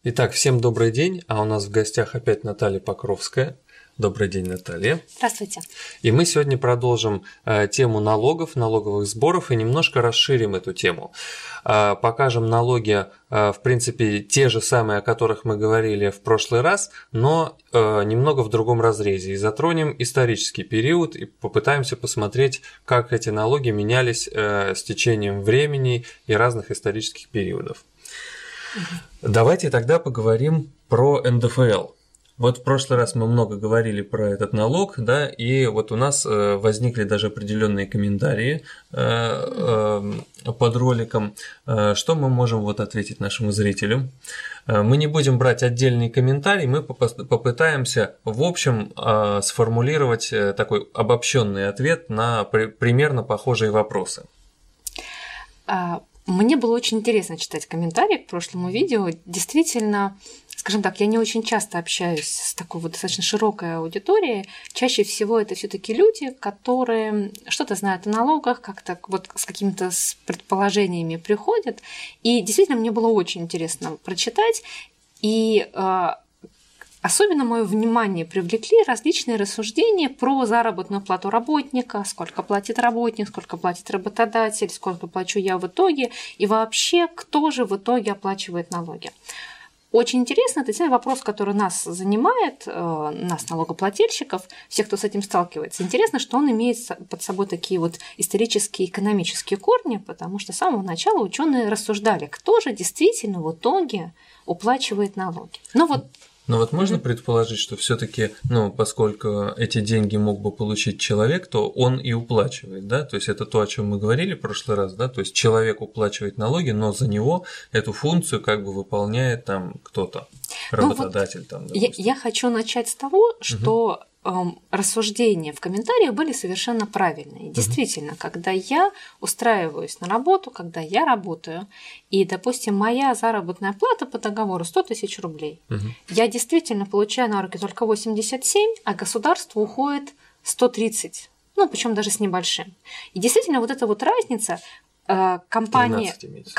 Итак, всем добрый день, а у нас в гостях опять Наталья Покровская. Добрый день, Наталья. Здравствуйте. И мы сегодня продолжим тему налогов, налоговых сборов и немножко расширим эту тему. Покажем налоги, в принципе, те же самые, о которых мы говорили в прошлый раз, но немного в другом разрезе. И затронем исторический период и попытаемся посмотреть, как эти налоги менялись с течением времени и разных исторических периодов. Давайте тогда поговорим про НДФЛ. Вот в прошлый раз мы много говорили про этот налог, да, и вот у нас возникли даже определенные комментарии под роликом. Что мы можем вот ответить нашему зрителю? Мы не будем брать отдельные комментарии, мы попытаемся в общем сформулировать такой обобщенный ответ на примерно похожие вопросы. Мне было очень интересно читать комментарии к прошлому видео. Действительно, скажем так, я не очень часто общаюсь с такой вот достаточно широкой аудиторией. Чаще всего это все-таки люди, которые что-то знают о налогах, как-то вот с какими-то предположениями приходят. И действительно, мне было очень интересно прочитать. И особенно мое внимание привлекли различные рассуждения про заработную плату работника, сколько платит работник, сколько платит работодатель, сколько плачу я в итоге, и вообще, кто же в итоге оплачивает налоги. Очень интересно, это действительно вопрос, который нас занимает, нас, налогоплательщиков, всех, кто с этим сталкивается. Интересно, что он имеет под собой такие вот исторические, экономические корни, потому что с самого начала ученые рассуждали, кто же действительно в итоге уплачивает налоги. Но вот можно предположить, что все-таки, поскольку эти деньги мог бы получить человек, то он и уплачивает, да? То есть это то, о чем мы говорили в прошлый раз, да? То есть человек уплачивает налоги, но за него эту функцию как бы выполняет там кто-то, работодатель там. Я хочу начать с того, что рассуждения в комментариях были совершенно правильные. Действительно, когда я устраиваюсь на работу, когда я работаю, и, допустим, моя заработная плата по договору 100 тысяч рублей, я действительно получаю на руки только 87, а государству уходит 130, причем даже с небольшим. И действительно, вот эта вот разница компания...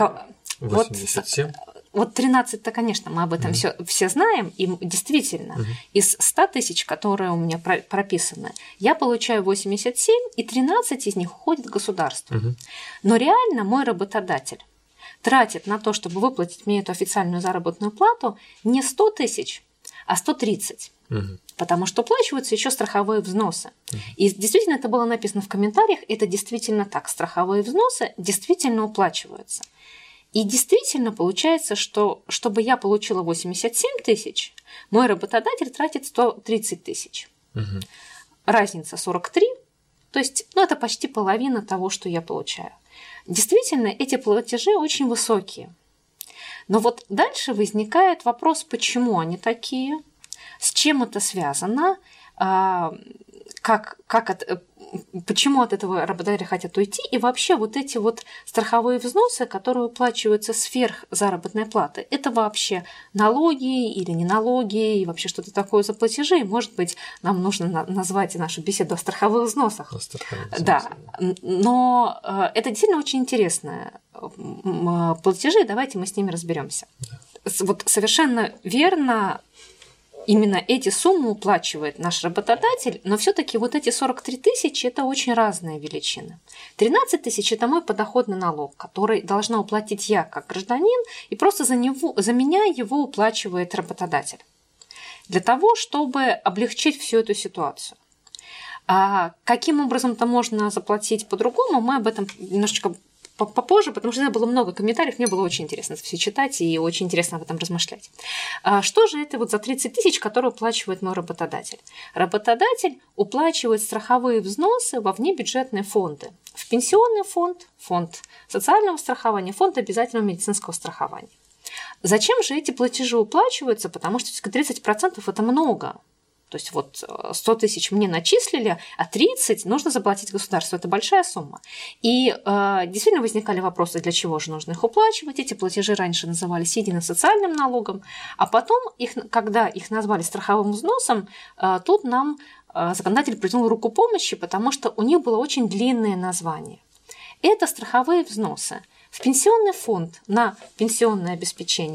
87? Вот 13-то, конечно, мы об этом все знаем, и действительно, из 100 тысяч, которые у меня прописаны, я получаю 87, и 13 из них уходит государству. Но реально мой работодатель тратит на то, чтобы выплатить мне эту официальную заработную плату, не 100 тысяч, а 130. Потому что уплачиваются еще страховые взносы. И действительно, это было написано в комментариях, это действительно так, страховые взносы действительно уплачиваются. И действительно получается, что чтобы я получила 87 тысяч, мой работодатель тратит 130 тысяч. Разница 43, то есть это почти половина того, что я получаю. Действительно, эти платежи очень высокие. Но вот дальше возникает вопрос, почему они такие, с чем это связано, почему от этого работодатели хотят уйти, и вообще вот эти вот страховые взносы, которые уплачиваются сверх заработной платы, это вообще налоги или не налоги, и вообще что-то такое за платежи, и, может быть, нам нужно назвать нашу беседу о страховых взносах. Да, но это действительно очень интересно. Платежи, давайте мы с ними разберемся. Вот совершенно верно. Именно эти суммы уплачивает наш работодатель, но все-таки вот эти 43 тысячи – это очень разные величины. 13 тысяч – это мой подоходный налог, который должна уплатить я как гражданин, и просто за меня его уплачивает работодатель. Для того, чтобы облегчить всю эту ситуацию. А каким образом это можно заплатить по-другому, мы об этом немножечко попозже, потому что было много комментариев, мне было очень интересно это все читать и очень интересно об этом размышлять. Что же это вот за 30 тысяч, которые уплачивает мой работодатель? Работодатель уплачивает страховые взносы во внебюджетные фонды. В пенсионный фонд, фонд социального страхования, фонд обязательного медицинского страхования. Зачем же эти платежи уплачиваются? Потому что 30% – это много. То есть вот 100 тысяч мне начислили, а 30 нужно заплатить государству. Это большая сумма. И действительно возникали вопросы, для чего же нужно их уплачивать. Эти платежи раньше назывались единым социальным налогом, а потом, когда их назвали страховым взносом, тут нам законодатель протянул руку помощи, потому что у них было очень длинное название. Это страховые взносы в пенсионный фонд на пенсионное обеспечение,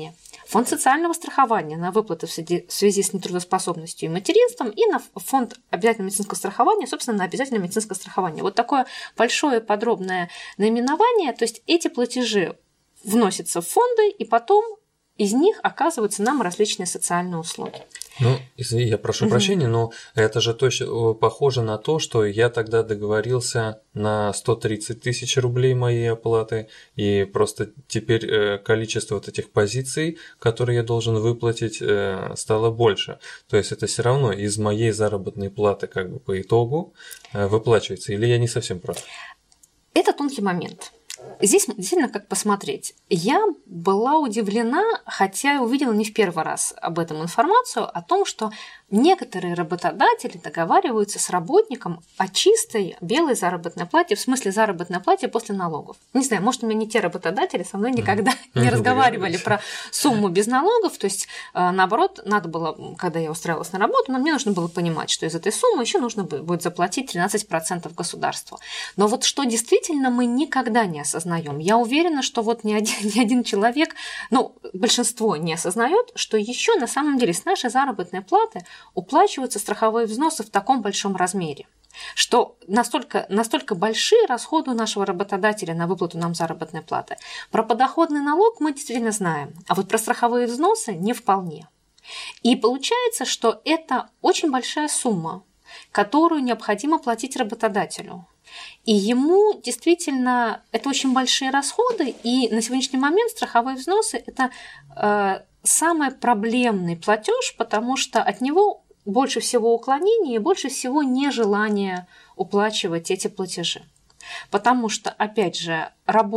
фонд социального страхования на выплаты в связи с нетрудоспособностью и материнством, и на фонд обязательного медицинского страхования, собственно, на обязательное медицинское страхование. Вот такое большое подробное наименование, то есть эти платежи вносятся в фонды, и потом из них оказываются нам различные социальные услуги. Ну, я прошу прощения, но это же точно похоже на то, что я тогда договорился на 130 тысяч рублей моей оплаты, и просто теперь количество вот этих позиций, которые я должен выплатить, стало больше. То есть это все равно из моей заработной платы как бы по итогу выплачивается, или я не совсем прав? Это тонкий момент. Здесь действительно как посмотреть. Я была удивлена, хотя увидела не в первый раз об этом информацию, о том, что некоторые работодатели договариваются с работником о чистой белой заработной плате, в смысле заработной плате после налогов. Не знаю, может, у меня не те работодатели, со мной никогда не разговаривали про сумму без налогов, то есть, наоборот, надо было, когда я устраивалась на работу, но мне нужно было понимать, что из этой суммы еще нужно будет заплатить 13% государству. Но вот что действительно мы никогда не осознаем. Я уверена, что вот ни один человек, ну, большинство не осознает, что еще на самом деле с нашей заработной платы уплачиваются страховые взносы в таком большом размере, что настолько большие расходы у нашего работодателя на выплату нам заработной платы. Про подоходный налог мы действительно знаем, а вот про страховые взносы не вполне. И получается, что это очень большая сумма, которую необходимо платить работодателю. И ему действительно это очень большие расходы, и на сегодняшний момент страховые взносы – это самый проблемный платеж, потому что от него больше всего уклонений и больше всего нежелания уплачивать эти платежи. Потому что, опять же,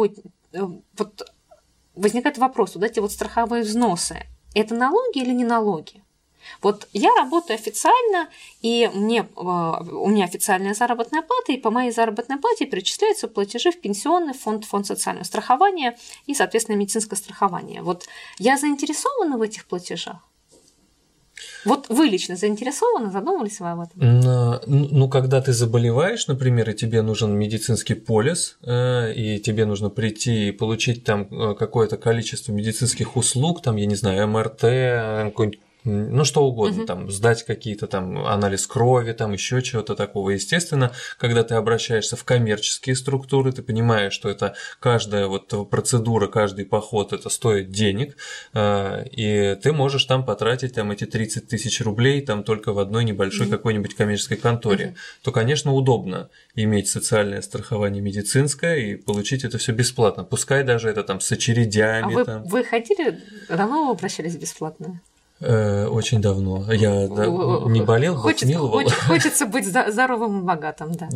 вот возникает вопрос, вот эти вот страховые взносы – это налоги или не налоги? Вот я работаю официально, и у меня официальная заработная плата, и по моей заработной плате перечисляются платежи в пенсионный фонд, фонд социального страхования и, соответственно, медицинское страхование. Вот я заинтересована в этих платежах? Вот вы лично заинтересованы, задумывались вы об этом? Ну, когда ты заболеваешь, например, и тебе нужен медицинский полис, и тебе нужно прийти и получить там какое-то количество медицинских услуг, там, я не знаю, МРТ, какой-нибудь, ну, что угодно, там, сдать какие-то там анализ крови, там, еще чего-то такого. Естественно, когда ты обращаешься в коммерческие структуры, ты понимаешь, что это каждая вот процедура, каждый поход, это стоит денег, и ты можешь там потратить там эти 30 тысяч рублей там только в одной небольшой какой-нибудь коммерческой конторе. То, конечно, удобно иметь социальное страхование медицинское и получить это все бесплатно. Пускай даже это там с очередями. Вы ходили, давно вы обращались бесплатно? Очень давно. Я не болел, Бог миловал. Хочется быть здоровым и богатым, да.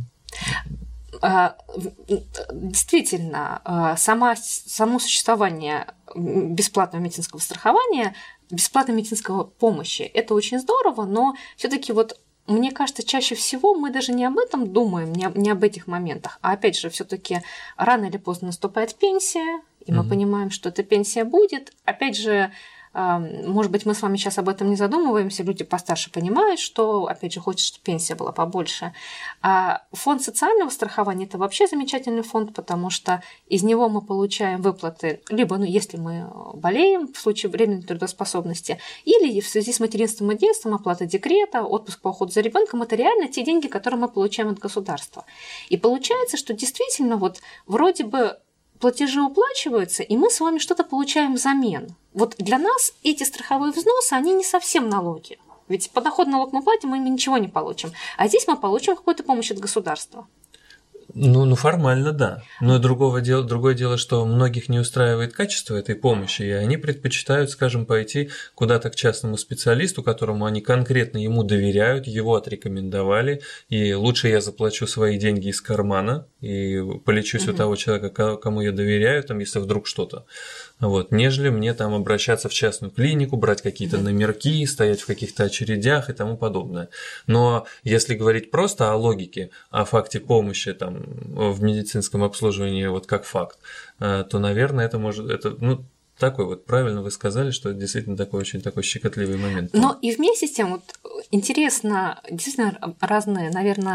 Да. Действительно, само существование бесплатного медицинского страхования, бесплатной медицинской помощи – это очень здорово, но все-таки вот мне кажется, чаще всего мы даже не об этом думаем, не об этих моментах, а опять же, все-таки рано или поздно наступает пенсия, и мы понимаем, что эта пенсия будет. Опять же, может быть, мы с вами сейчас об этом не задумываемся, люди постарше понимают, что, опять же, хочется, чтобы пенсия была побольше. А фонд социального страхования – это вообще замечательный фонд, потому что из него мы получаем выплаты, либо, если мы болеем в случае временной трудоспособности, или в связи с материнством и детством, оплата декрета, отпуск по уходу за ребенком – это реально те деньги, которые мы получаем от государства. И получается, что действительно вот вроде бы платежи уплачиваются, и мы с вами что-то получаем взамен. Вот для нас эти страховые взносы, они не совсем налоги. Ведь подоходный налог мы платим, мы ничего не получим. А здесь мы получим какую-то помощь от государства. Ну, формально, да. Но другое дело, что многих не устраивает качество этой помощи, и они предпочитают, скажем, пойти куда-то к частному специалисту, которому они конкретно ему доверяют, его отрекомендовали, и лучше я заплачу свои деньги из кармана и полечусь у того человека, кому я доверяю, там, если вдруг что-то. Вот, нежели мне там обращаться в частную клинику, брать какие-то номерки, стоять в каких-то очередях и тому подобное. Но если говорить просто о логике, о факте помощи там, в медицинском обслуживании вот как факт, то, наверное, такой вот, правильно вы сказали, что это действительно такой очень такой щекотливый момент. Но и вместе с тем, вот интересно, действительно разные, наверное,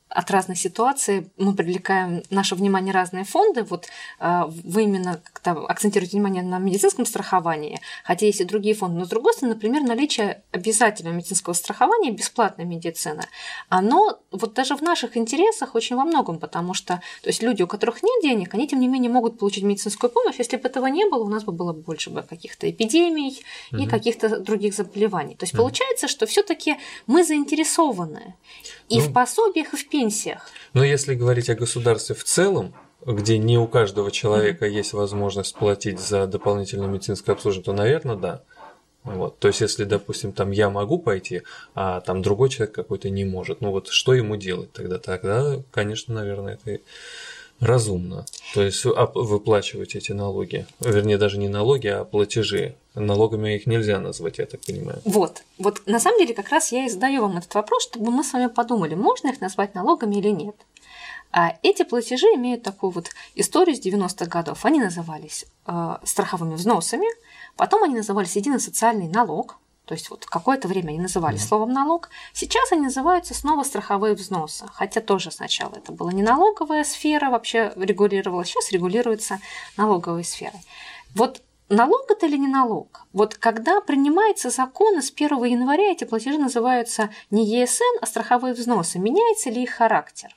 от разной ситуации мы привлекаем наше внимание разные фонды. Вот вы именно акцентируете внимание на медицинском страховании, хотя есть и другие фонды. Но с другой стороны, например, наличие обязательного медицинского страхования, бесплатной медицины, оно вот даже в наших интересах очень во многом, потому что то есть люди, у которых нет денег, они тем не менее могут получить медицинскую помощь. Если бы этого не было, у нас бы было больше бы каких-то эпидемий и каких-то других заболеваний. То есть получается, что все-таки мы заинтересованы и в пособиях, и в пенсиях. Но если говорить о государстве в целом, где не у каждого человека есть возможность платить за дополнительное медицинское обслуживание, то, наверное, да. Вот. То есть, если, допустим, там я могу пойти, а там другой человек какой-то не может, ну вот что ему делать тогда? Тогда, конечно, наверное, это разумно. То есть выплачивать эти налоги. Вернее, даже не налоги, а платежи. Налогами их нельзя назвать, я так понимаю. Вот на самом деле как раз я и задаю вам этот вопрос, чтобы мы с вами подумали, можно их назвать налогами или нет. А эти платежи имеют такую вот историю с 90-х годов. Они назывались страховыми взносами, потом они назывались единый социальный налог, то есть вот какое-то время они назывались словом налог. Сейчас они называются снова страховые взносы, хотя тоже сначала это была не налоговая сфера, вообще регулировалась, сейчас регулируется налоговой сферой. Вот налог это или не налог? Вот когда принимается закон, и с 1 января эти платежи называются не ЕСН, а страховые взносы, меняется ли их характер?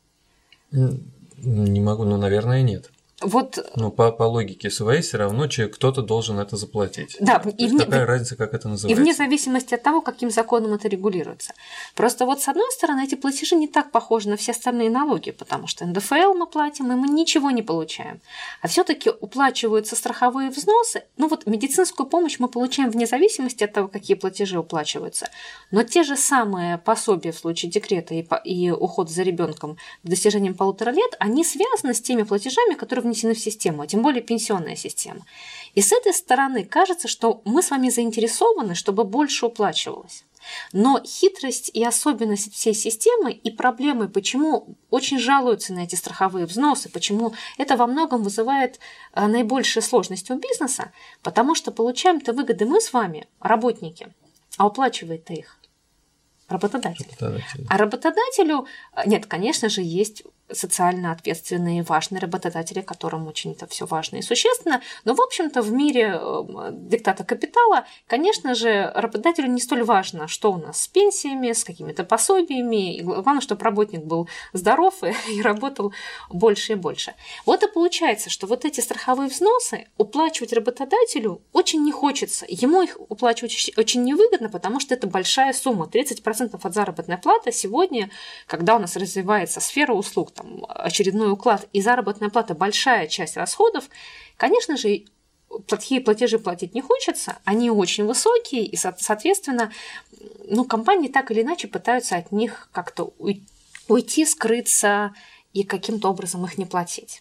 Не могу, но, наверное, нет. Вот, но по логике своей все равно кто-то должен это заплатить. Да, какая разница, как это называется? И вне зависимости от того, каким законом это регулируется. Просто вот с одной стороны эти платежи не так похожи на все остальные налоги, потому что НДФЛ мы платим, и мы ничего не получаем. А все-таки уплачиваются страховые взносы. Ну вот медицинскую помощь мы получаем вне зависимости от того, какие платежи уплачиваются. Но те же самые пособия в случае декрета и ухода за ребенком с достижением 1,5 лет, они связаны с теми платежами, которые внесены в систему, а тем более пенсионная система. И с этой стороны кажется, что мы с вами заинтересованы, чтобы больше уплачивалось. Но хитрость и особенность всей системы и проблемы, почему очень жалуются на эти страховые взносы, почему это во многом вызывает наибольшие сложности у бизнеса, потому что получаем-то выгоды мы с вами, работники, а уплачивает-то их работодатель. А работодателю, нет, конечно же, есть социально ответственные и важные работодатели, которым очень это все важно и существенно. Но, в общем-то, в мире диктата капитала, конечно же, работодателю не столь важно, что у нас с пенсиями, с какими-то пособиями. И главное, чтобы работник был здоров и работал больше и больше. Вот и получается, что вот эти страховые взносы уплачивать работодателю очень не хочется. Ему их уплачивать очень невыгодно, потому что это большая сумма. 30% от заработной платы сегодня, когда у нас развивается сфера услуг, там, очередной уклад и заработная плата большая часть расходов, конечно же, плохие платежи платить не хочется, они очень высокие, и, соответственно, компании так или иначе пытаются от них как-то уйти, скрыться и каким-то образом их не платить.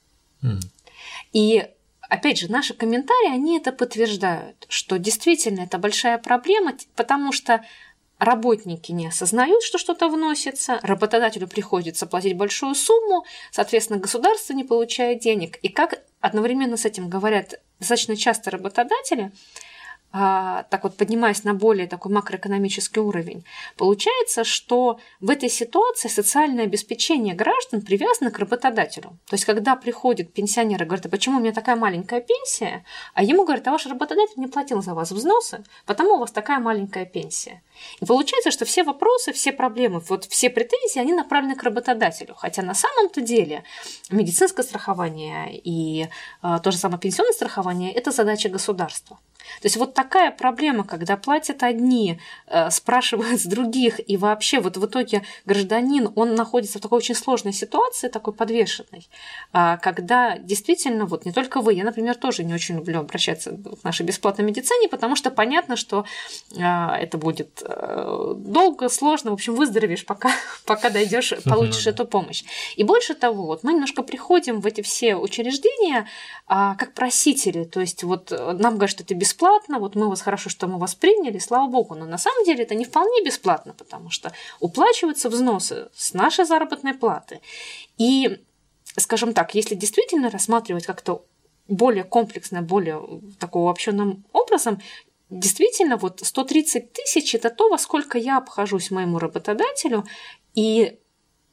И опять же, наши комментарии, они это подтверждают, что действительно это большая проблема, потому что работники не осознают, что что-то вносится, работодателю приходится платить большую сумму, соответственно, государство не получает денег. И как одновременно с этим говорят достаточно часто работодатели, так вот поднимаясь на более такой макроэкономический уровень, получается, что в этой ситуации социальное обеспечение граждан привязано к работодателю. То есть, когда приходит пенсионер и говорит, а почему у меня такая маленькая пенсия, а ему говорят, а ваш работодатель не платил за вас взносы, потому у вас такая маленькая пенсия. И получается, что все вопросы, все проблемы, вот все претензии, они направлены к работодателю. Хотя на самом-то деле медицинское страхование и то же самое пенсионное страхование – это задача государства. То есть вот такая проблема, когда платят одни, спрашивают с других, и вообще вот в итоге гражданин, он находится в такой очень сложной ситуации, такой подвешенной, когда действительно, вот не только вы, я, например, тоже не очень люблю обращаться к нашей бесплатной медицине, потому что понятно, что это будет долго, сложно, в общем, выздоровеешь, пока дойдешь, получишь эту помощь. И больше того, вот мы немножко приходим в эти все учреждения как просители, то есть вот нам говорят, что это бесплатно, вот мы вас хорошо, что мы вас приняли, слава богу, но на самом деле это не вполне бесплатно, потому что уплачиваются взносы с нашей заработной платы. И, скажем так, если действительно рассматривать как-то более комплексно, более такого обобщенным образом, действительно, вот 130 тысяч – это то, во сколько я обхожусь моему работодателю, и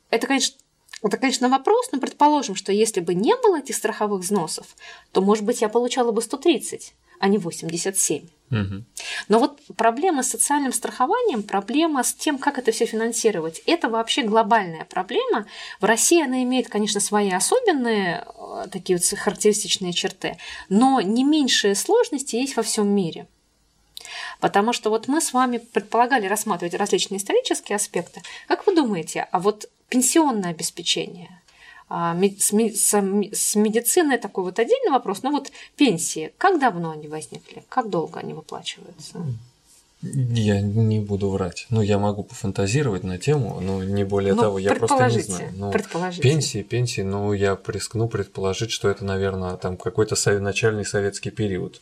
это, конечно, вопрос, но предположим, что если бы не было этих страховых взносов, то, может быть, я получала бы 130, а не 87. Угу. Но вот проблема с социальным страхованием, проблема с тем, как это все финансировать, это вообще глобальная проблема. В России она имеет, конечно, свои особенные такие вот характеристичные черты, но не меньшие сложности есть во всем мире. Потому что вот мы с вами предполагали рассматривать различные исторические аспекты. Как вы думаете, а вот пенсионное обеспечение, с медициной такой вот отдельный вопрос, но вот пенсии, как давно они возникли, как долго они выплачиваются? Я не буду врать. Я могу пофантазировать на тему, но не более того, я просто не знаю. Пенсии, я рискну предположить, что это, наверное, там какой-то начальный советский период.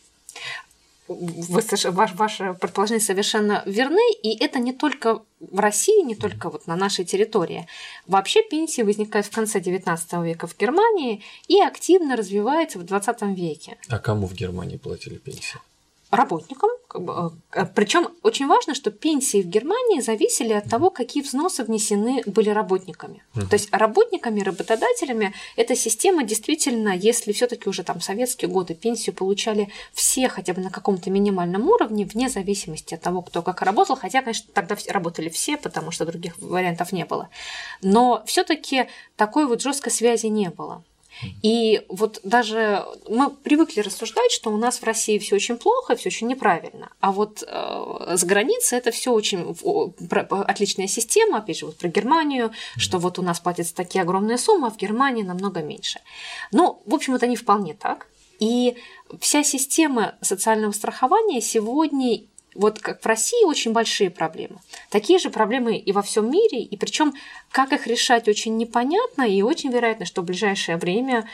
Ваши предположения совершенно верны, и это не только в России, не только вот на нашей территории. Вообще пенсии возникают в конце XIX века в Германии и активно развиваются в XX веке. А кому в Германии платили пенсии? Работникам. Причем очень важно, что пенсии в Германии зависели от того, какие взносы внесены были работниками. То есть работниками, работодателями эта система действительно, если все-таки уже там советские годы пенсию получали все хотя бы на каком-то минимальном уровне, вне зависимости от того, кто как работал, хотя, конечно, тогда работали все, потому что других вариантов не было. Но все-таки такой вот жесткой связи не было. И вот даже мы привыкли рассуждать, что у нас в России все очень плохо, все очень неправильно. А вот с границы это все очень отличная система, опять же, вот про Германию, что вот у нас платятся такие огромные суммы, а в Германии намного меньше. Но, в общем, это не вполне так. И вся система социального страхования сегодня, вот как в России, очень большие проблемы. Такие же проблемы и во всем мире, и причем как их решать очень непонятно, и очень вероятно, что в ближайшее время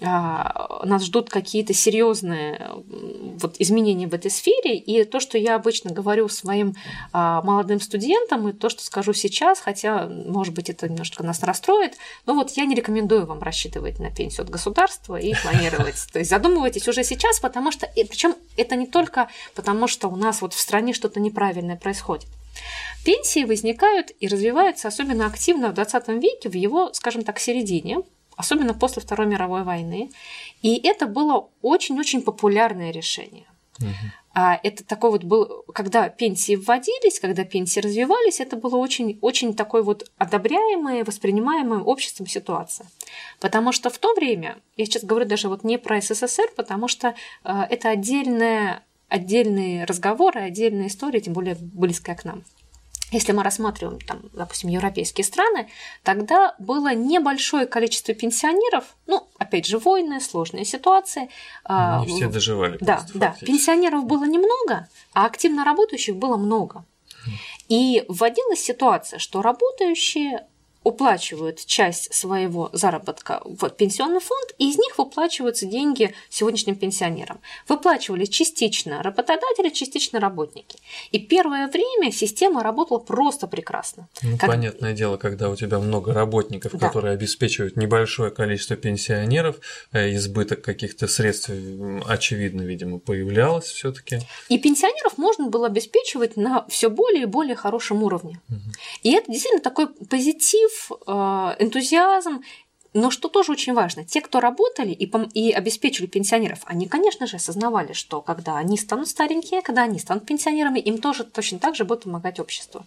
нас ждут какие-то серьезные вот изменения в этой сфере. И то, что я обычно говорю своим молодым студентам, и то, что скажу сейчас, хотя, может быть, это немножко нас расстроит, но вот я не рекомендую вам рассчитывать на пенсию от государства и планировать. То есть задумывайтесь уже сейчас, потому что, причем это не только потому, что у нас вот в стране что-то неправильное происходит. Пенсии возникают и развиваются особенно активно в XX веке, в его, скажем так, середине, особенно после Второй мировой войны. И это было очень-очень популярное решение. Это такой вот был, когда пенсии вводились, когда пенсии развивались, это было очень такой вот одобряемая, воспринимаемая обществом ситуация. Потому что в то время, я сейчас говорю даже вот не про СССР, потому что это отдельные разговоры, отдельная история, тем более близкая к нам. Если мы рассматриваем, там, допустим, европейские страны, тогда было небольшое количество пенсионеров, опять же, войны, сложные ситуации. Не все доживали. Да, пенсионеров было немного, а активно работающих было много. И вводилась ситуация, что работающие уплачивают часть своего заработка в пенсионный фонд, и из них выплачиваются деньги сегодняшним пенсионерам. Выплачивали частично работодатели, частично работники. И первое время система работала просто прекрасно. Понятное дело, когда у тебя много работников, которые обеспечивают небольшое количество пенсионеров, избыток каких-то средств, очевидно, видимо, появлялось все-таки. И пенсионеров можно было обеспечивать на все более и более хорошем уровне. И это действительно такой позитив, энтузиазм, но что тоже очень важно, те, кто работали и обеспечивали пенсионеров, они, конечно же, осознавали, что когда они станут старенькие, когда они станут пенсионерами, им тоже точно так же будет помогать общество.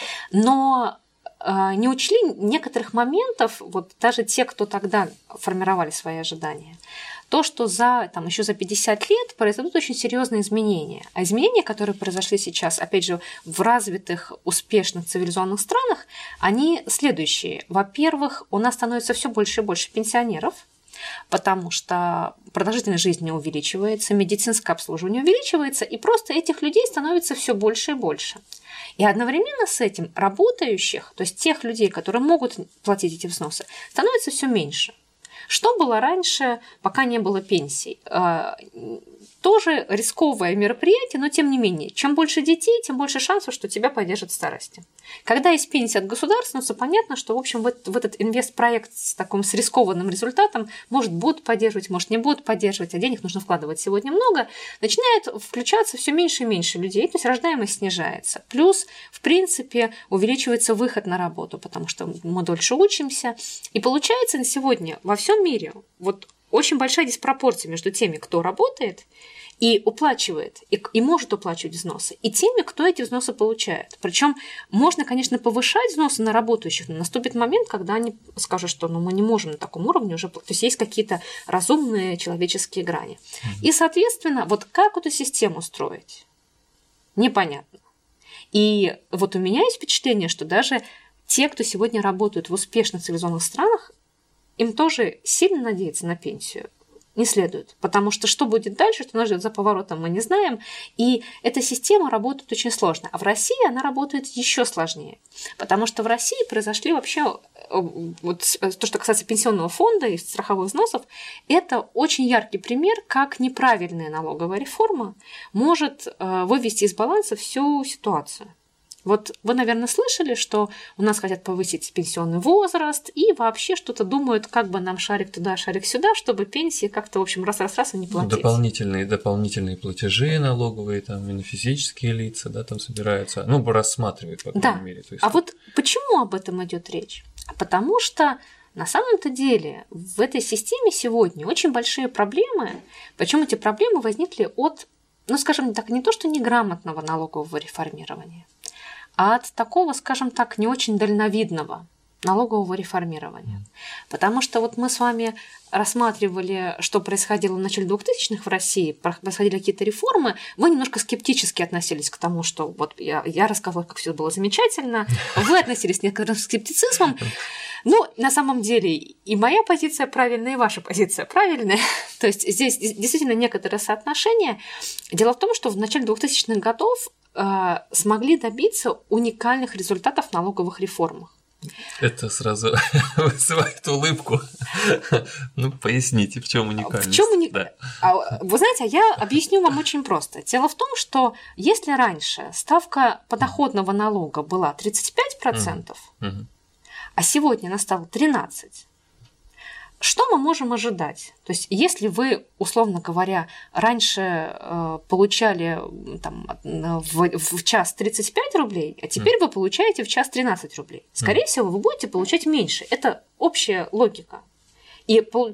Но не учли некоторых моментов, вот даже те, кто тогда формировали свои ожидания. То, что еще за 50 лет произойдут очень серьезные изменения. А изменения, которые произошли сейчас, опять же, в развитых, успешных цивилизованных странах, они следующие. Во-первых, у нас становится все больше и больше пенсионеров, потому что продолжительность жизни увеличивается, медицинское обслуживание увеличивается, и просто этих людей становится все больше и больше. И одновременно с этим работающих, то есть тех людей, которые могут платить эти взносы, становится все меньше. Что было раньше, пока не было пенсий? Тоже рисковое мероприятие, но тем не менее, чем больше детей, тем больше шансов, что тебя поддержат в старости. Когда есть пенсия от государства, то понятно, что, в общем, в этот инвестпроект с рискованным результатом, может, будут поддерживать, может, не будут поддерживать, а денег нужно вкладывать сегодня много, начинает включаться все меньше и меньше людей, то есть рождаемость снижается. Плюс, в принципе, увеличивается выход на работу, потому что мы дольше учимся. И получается на сегодня во всем мире очень большая диспропорция между теми, кто работает и уплачивает, и может уплачивать взносы, и теми, кто эти взносы получает. Причем можно, конечно, повышать взносы на работающих, но наступит момент, когда они скажут, что мы не можем на таком уровне уже, то есть есть какие-то разумные человеческие грани. И, соответственно, как эту систему строить, непонятно. И у меня есть впечатление, что даже те, кто сегодня работают в успешных цивилизованных странах, им тоже сильно надеяться на пенсию не следует, потому что будет дальше, что нас ждет за поворотом, мы не знаем, и эта система работает очень сложно. А в России она работает еще сложнее, потому что в России произошли вообще, то, что касается пенсионного фонда и страховых взносов, это очень яркий пример, как неправильная налоговая реформа может вывести из баланса всю ситуацию. Вы, наверное, слышали, что у нас хотят повысить пенсионный возраст и вообще что-то думают, как бы нам шарик туда, шарик сюда, чтобы пенсии как-то, в общем, раз-раз-раз и не платить. Дополнительные платежи налоговые, и на физические лица, там собираются, рассматривают, по крайней мере. То есть... Почему об этом идет речь? Потому что на самом-то деле в этой системе сегодня очень большие проблемы, причем эти проблемы возникли от, скажем так, не то что неграмотного налогового реформирования, а от такого, скажем так, не очень дальновидного налогового реформирования. Потому что мы с вами рассматривали, что происходило в начале 2000-х в России, происходили какие-то реформы, вы немножко скептически относились к тому, что я рассказывала, как все было замечательно, вы относились с некоторым скептицизмом. На самом деле и моя позиция правильная, и ваша позиция правильная. То есть здесь действительно некоторое соотношение. Дело в том, что в начале 2000-х годов смогли добиться уникальных результатов в налоговых реформах. Это сразу вызывает улыбку. Поясните, в чем уникальность? Да. Вы знаете, я объясню вам очень просто. Дело в том, что если раньше ставка подоходного налога была 35%, а сегодня она стала 13%, что мы можем ожидать? То есть, если вы, условно говоря, раньше получали в час 35 рублей, а теперь вы получаете в час 13 рублей, скорее всего, вы будете получать меньше. Это общая логика. И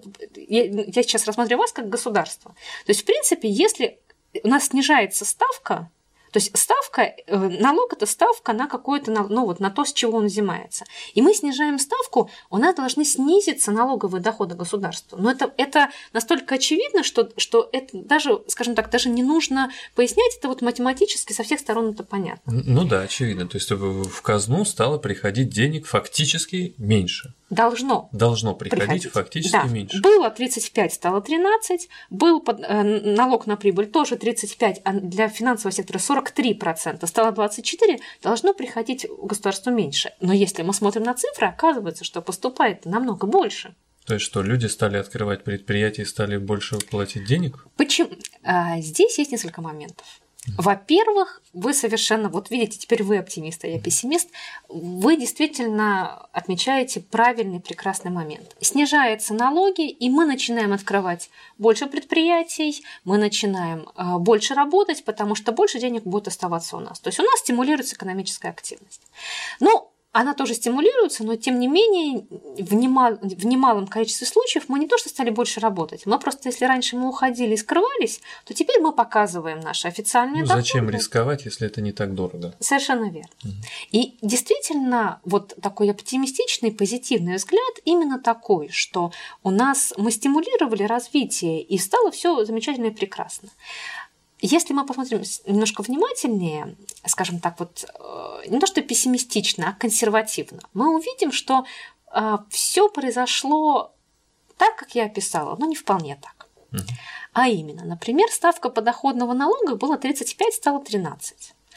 я сейчас рассматриваю вас как государство. То есть, в принципе, если у нас снижается ставка, то есть налог – это ставка на какое-то, на то, с чего он взимается. И мы снижаем ставку, у нас должны снизиться налоговые доходы государства. Но это настолько очевидно, что это даже, скажем так, даже не нужно пояснять, это математически со всех сторон это понятно. Да, очевидно. То есть в казну стало приходить денег фактически меньше. Должно приходить фактически меньше. Было 35, стало 13, был налог на прибыль тоже 35, а для финансового сектора 43%, стало 24, должно приходить государству меньше. Но если мы смотрим на цифры, оказывается, что поступает намного больше. То есть что, люди стали открывать предприятия и стали больше платить денег? Почему? Здесь есть несколько моментов. Во-первых, вы совершенно, видите, теперь вы оптимист, а я пессимист, вы действительно отмечаете правильный, прекрасный момент. Снижаются налоги, и мы начинаем открывать больше предприятий, мы начинаем больше работать, потому что больше денег будет оставаться у нас. То есть у нас стимулируется экономическая активность. Она тоже стимулируется, но тем не менее в немалом количестве случаев мы не то что стали больше работать, мы просто, если раньше мы уходили и скрывались, то теперь мы показываем наши официальные доходы. Зачем рисковать, если это не так дорого? Совершенно верно. И действительно такой оптимистичный, позитивный взгляд именно такой, что мы стимулировали развитие, и стало все замечательно и прекрасно. Если мы посмотрим немножко внимательнее, скажем так, не то что пессимистично, а консервативно, мы увидим, что все произошло так, как я описала, но не вполне так. А именно, например, ставка подоходного налога была 35, стала 13.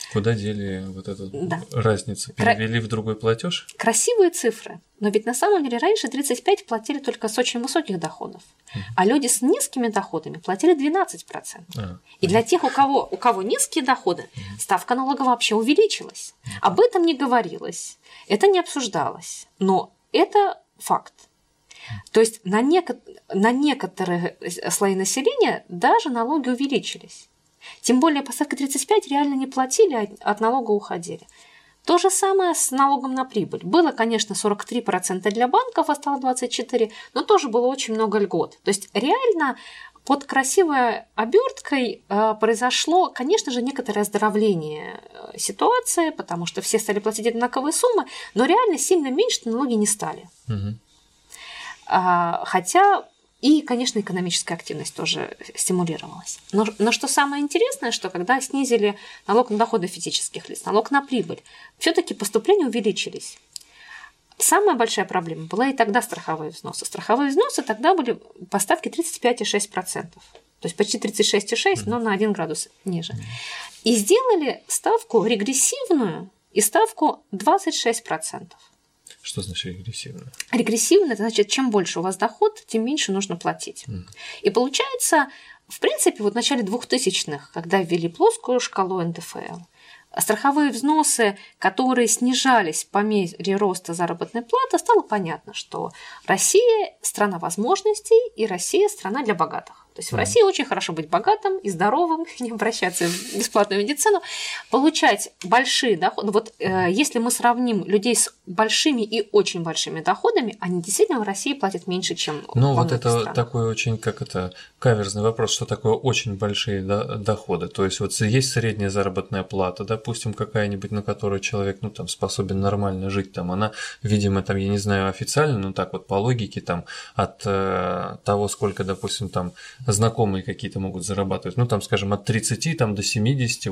Куда дели вот эту разницу? Перевели в другой платеж? Красивые цифры, но ведь на самом деле раньше 35% платили только с очень высоких доходов, а люди с низкими доходами платили 12%. И для тех, у кого низкие доходы, ставка налога вообще увеличилась. Об этом не говорилось, это не обсуждалось, но это факт. То есть на некоторые слои населения даже налоги увеличились. Тем более по ставке 35 реально не платили, а от налога уходили. То же самое с налогом на прибыль. Было, конечно, 43% для банков, а стало 24%, но тоже было очень много льгот. То есть реально под красивой оберткой произошло, конечно же, некоторое оздоровление ситуации, потому что все стали платить одинаковые суммы, но реально сильно меньше налоги не стали. Хотя и, конечно, экономическая активность тоже стимулировалась. Но что самое интересное, что когда снизили налог на доходы физических лиц, налог на прибыль, все-таки поступления увеличились. Самая большая проблема была и тогда страховые взносы. Страховые взносы тогда были по ставке 35,6%. То есть почти 36,6%, но на 1 градус ниже. И сделали ставку регрессивную и ставку 26%. Что значит регрессивно? Регрессивно – это значит, чем больше у вас доход, тем меньше нужно платить. И получается, в принципе, вот в начале 2000-х, когда ввели плоскую шкалу НДФЛ, страховые взносы, которые снижались по мере роста заработной платы, стало понятно, что Россия – страна возможностей и Россия – страна для богатых. То есть в России очень хорошо быть богатым и здоровым, не обращаться в бесплатную медицину, получать большие доходы. Вот если мы сравним людей с большими и очень большими доходами, они действительно в России платят меньше, чем в Ну, вот это странах. такой очень, каверзный вопрос, что такое очень большие доходы. То есть вот есть средняя заработная плата, допустим, какая-нибудь, на которую человек, способен нормально жить, она, видимо, я не знаю официально, но так вот по логике, от того, сколько, допустим, знакомые какие-то могут зарабатывать, скажем, от 30 до 70,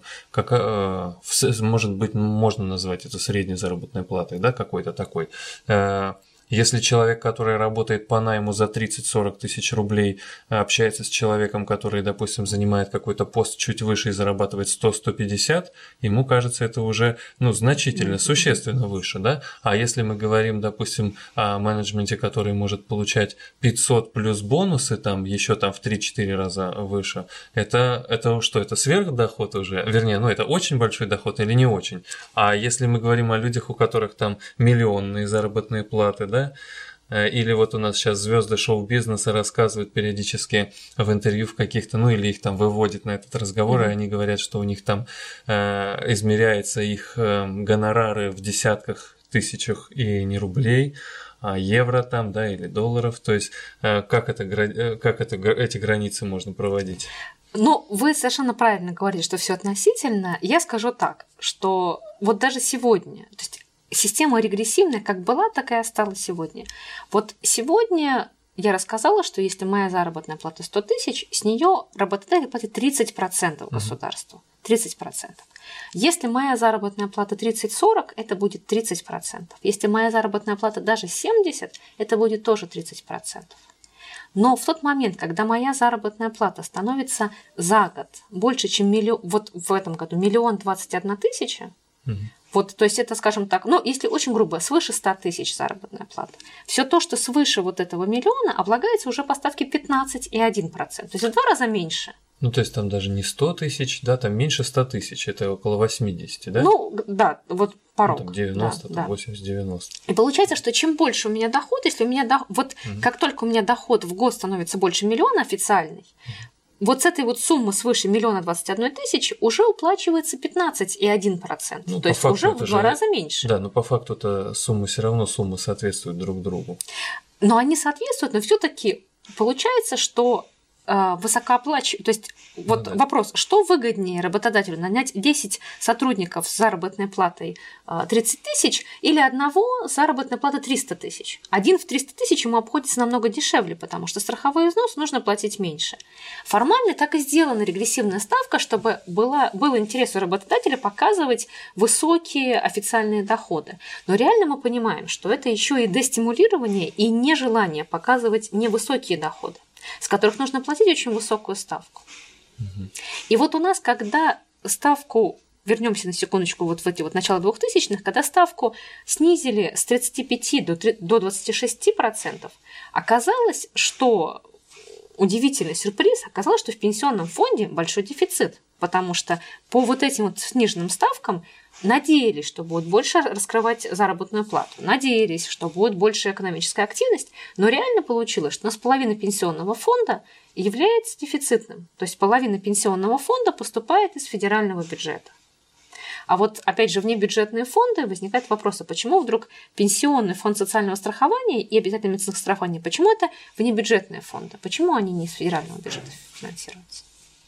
может быть, можно назвать это средней заработной платой, да, какой-то такой. Если человек, который работает по найму за 30-40 тысяч рублей, общается с человеком, который, допустим, занимает какой-то пост чуть выше и зарабатывает 100-150, ему кажется это уже значительно, существенно выше. Да? А если мы говорим, допустим, о менеджменте, который может получать 500 плюс бонусы, еще в 3-4 раза выше, это что? Это сверхдоход уже? Вернее, это очень большой доход или не очень? А если мы говорим о людях, у которых миллионные заработные платы, да, или вот у нас сейчас звезды шоу-бизнеса рассказывают периодически в интервью в каких-то, или их выводят на этот разговор, и они говорят, что у них измеряются их гонорары в десятках тысячах и не рублей, а евро или долларов. То есть как эти границы можно проводить? Вы совершенно правильно говорите, что все относительно. Я скажу так, что вот даже сегодня, то есть система регрессивная как была, так и осталась сегодня. Вот сегодня я рассказала, что если моя заработная плата 100 тысяч, с нее работодатель платит 30% государству. 30%. Если моя заработная плата 30-40, это будет 30%. Если моя заработная плата даже 70, это будет тоже 30%. Но в тот момент, когда моя заработная плата становится за год больше, чем миллион, вот в этом году 1 021 000, то есть это, скажем так, если очень грубо, свыше 100 тысяч заработная плата. Все то, что свыше вот этого миллиона, облагается уже по ставке 15,1%. То есть в 2 раза меньше. То есть даже не 100 тысяч, да, меньше 100 тысяч, это около 80, да? Да, вот порог. 90, 80-90. И получается, что чем больше у меня доход, если у меня как только у меня доход в год становится больше миллиона официальный, вот с этой суммы свыше 1 021 000 уже уплачивается 15,1%. То есть уже в 2 раза меньше. Да, но по факту это суммы соответствуют друг другу. Но они соответствуют, но все-таки получается, что высокооплачиваемые. То есть вопрос, что выгоднее работодателю, нанять 10 сотрудников с заработной платой 30 тысяч или одного с заработной платой 300 тысяч? Один в 300 тысяч ему обходится намного дешевле, потому что страховой взнос нужно платить меньше. Формально так и сделана регрессивная ставка, чтобы был интерес у работодателя показывать высокие официальные доходы. Но реально мы понимаем, что это еще и дестимулирование и нежелание показывать невысокие доходы, с которых нужно платить очень высокую ставку. И вот у нас, когда ставку вернемся на секундочку вот в эти вот начало 2000-х, когда ставку снизили с 35 до 26%, оказалось, что удивительный сюрприз, оказалось, что в пенсионном фонде большой дефицит, потому что по вот этим вот сниженным ставкам надеялись, что будет больше раскрывать заработную плату, надеялись, что будет больше экономическая активность, но реально получилось, что у нас половина пенсионного фонда является дефицитным, то есть половина пенсионного фонда поступает из федерального бюджета. А вот, опять же, внебюджетные фонды, возникает вопрос, а почему вдруг пенсионный фонд социального страхования и обязательное медицинское страхование, почему это внебюджетные фонды, почему они не из федерального бюджета финансируются?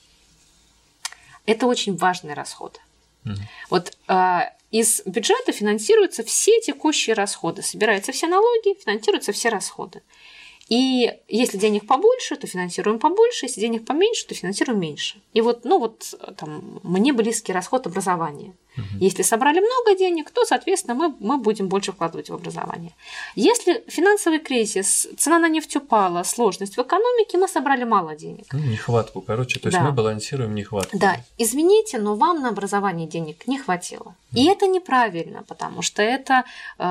Это очень важный расход. Вот из бюджета финансируются все текущие расходы, собираются все налоги, финансируются все расходы. И если денег побольше, то финансируем побольше, если денег поменьше, то финансируем меньше. И вот, там, мне близкий расход образования. Если собрали много денег, то, соответственно, мы будем больше вкладывать в образование. Если финансовый кризис, цена на нефть упала, сложность в экономике, мы собрали мало денег. Нехватку, короче, то есть мы балансируем нехватку. Да, извините, но вам на образование денег не хватило. И это неправильно, потому что это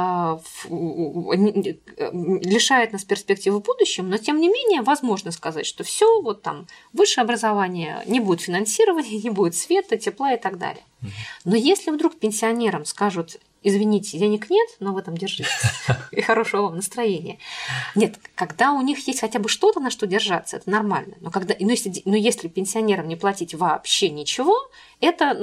лишает нас перспективы в будущем, но тем не менее возможно сказать, что все вот там высшее образование не будет финансирования, не будет света, тепла и так далее. Но если вдруг пенсионерам скажут: извините, денег нет, но вы там держитесь, и хорошего вам настроения. Нет, когда у них есть хотя бы что-то, на что держаться, это нормально. Но если пенсионерам не платить вообще ничего, это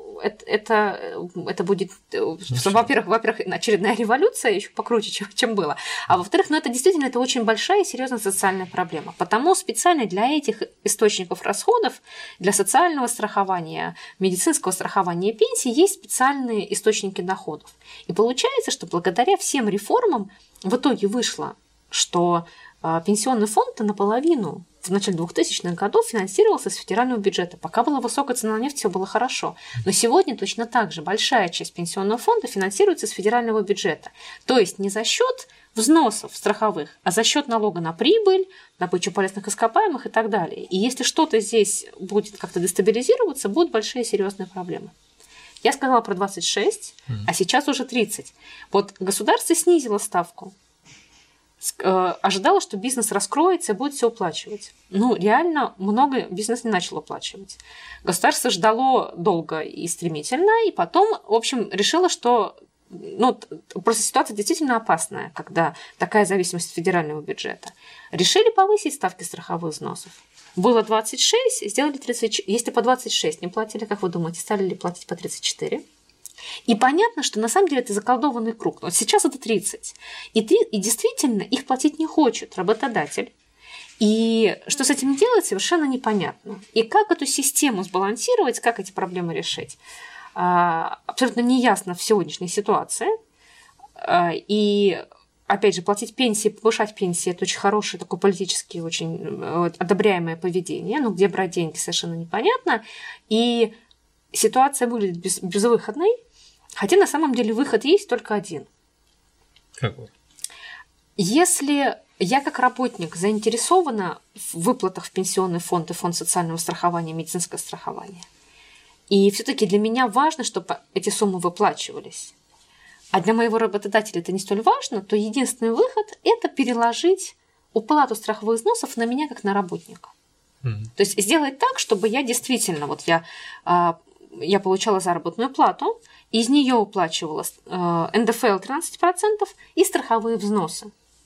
будет, во-первых, очередная революция, еще покруче, чем было. А во-вторых, это действительно очень большая и серьезная социальная проблема. Потому специально для этих источников расходов, для социального страхования, медицинского страхования и пенсии есть специальные источники доходов. И получается, что благодаря всем реформам в итоге вышло, что пенсионный фонд наполовину в начале 2000-х годов финансировался из федерального бюджета. Пока была высокая цена на нефть, все было хорошо. Но сегодня точно так же большая часть пенсионного фонда финансируется из федерального бюджета. То есть не за счет взносов страховых, а за счет налога на прибыль, добычу полезных ископаемых и так далее. И если что-то здесь будет как-то дестабилизироваться, будут большие серьезные проблемы. Я сказала про 26, а сейчас уже 30. Вот государство снизило ставку. Ожидала, что бизнес раскроется и будет все уплачивать. Реально много бизнес не начал уплачивать. Государство ждало долго и стремительно, и потом, в общем, решило, что просто ситуация действительно опасная, когда такая зависимость от федерального бюджета. Решили повысить ставки страховых взносов. Было 26, сделали 30. Если по 26 не платили, как вы думаете, стали ли платить по 34? И понятно, что на самом деле это заколдованный круг. Вот сейчас это 30. И действительно их платить не хочет работодатель. И что с этим делать, совершенно непонятно. И как эту систему сбалансировать, как эти проблемы решить, абсолютно неясно в сегодняшней ситуации. И опять же, платить пенсии, повышать пенсии – это очень хорошее, такое политически очень одобряемое поведение. Но где брать деньги, совершенно непонятно. И ситуация выглядит безвыходной, хотя на самом деле выход есть только один. Какой? Если я как работник заинтересована в выплатах в пенсионный фонд и фонд социального страхования, медицинское страхование, и все-таки для меня важно, чтобы эти суммы выплачивались, а для моего работодателя это не столь важно, то единственный выход – это переложить уплату страховых взносов на меня как на работника. То есть сделать так, чтобы я действительно, я получала заработную плату, из нее уплачивала НДФЛ 13% и страховые взносы.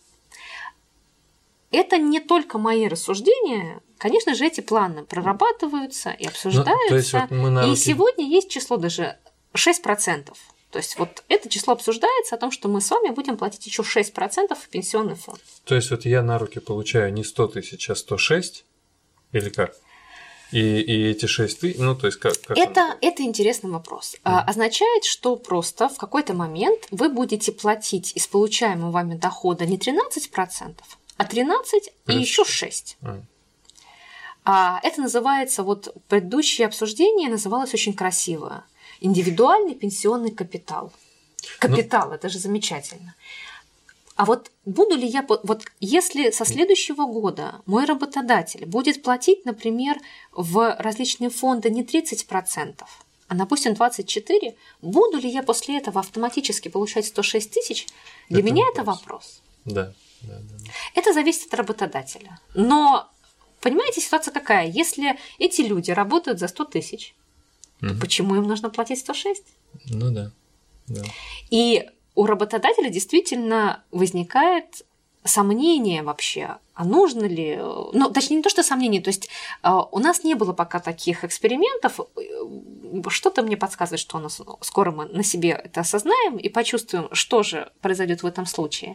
Это не только мои рассуждения. Конечно же, эти планы прорабатываются и обсуждаются. И сегодня есть число даже 6%. То есть это число обсуждается о том, что мы с вами будем платить еще 6% в пенсионный фонд. То есть я на руки получаю не 100 тысяч, а 106? Или как? И эти 6 тысяч, то есть как это интересный вопрос. Означает, что просто в какой-то момент вы будете платить из получаемого вами дохода не 13%, а 13% и еще 6%. Это называется, предыдущее обсуждение называлось очень красиво. Индивидуальный пенсионный капитал. Капитал, это же замечательно. А буду ли я... если со следующего года мой работодатель будет платить, например, в различные фонды не 30%, а, допустим, 24, буду ли я после этого автоматически получать 106 тысяч, для меня это вопрос. Да. Это зависит от работодателя. Но, понимаете, ситуация какая? Если эти люди работают за 100 тысяч, то почему им нужно платить 106? Ну да. И у работодателя действительно возникает сомнение вообще, а нужно ли... Ну, точнее, не то, что сомнение, то есть у нас не было пока таких экспериментов. Что-то мне подсказывает, что скоро мы на себе это осознаем и почувствуем, что же произойдет в этом случае.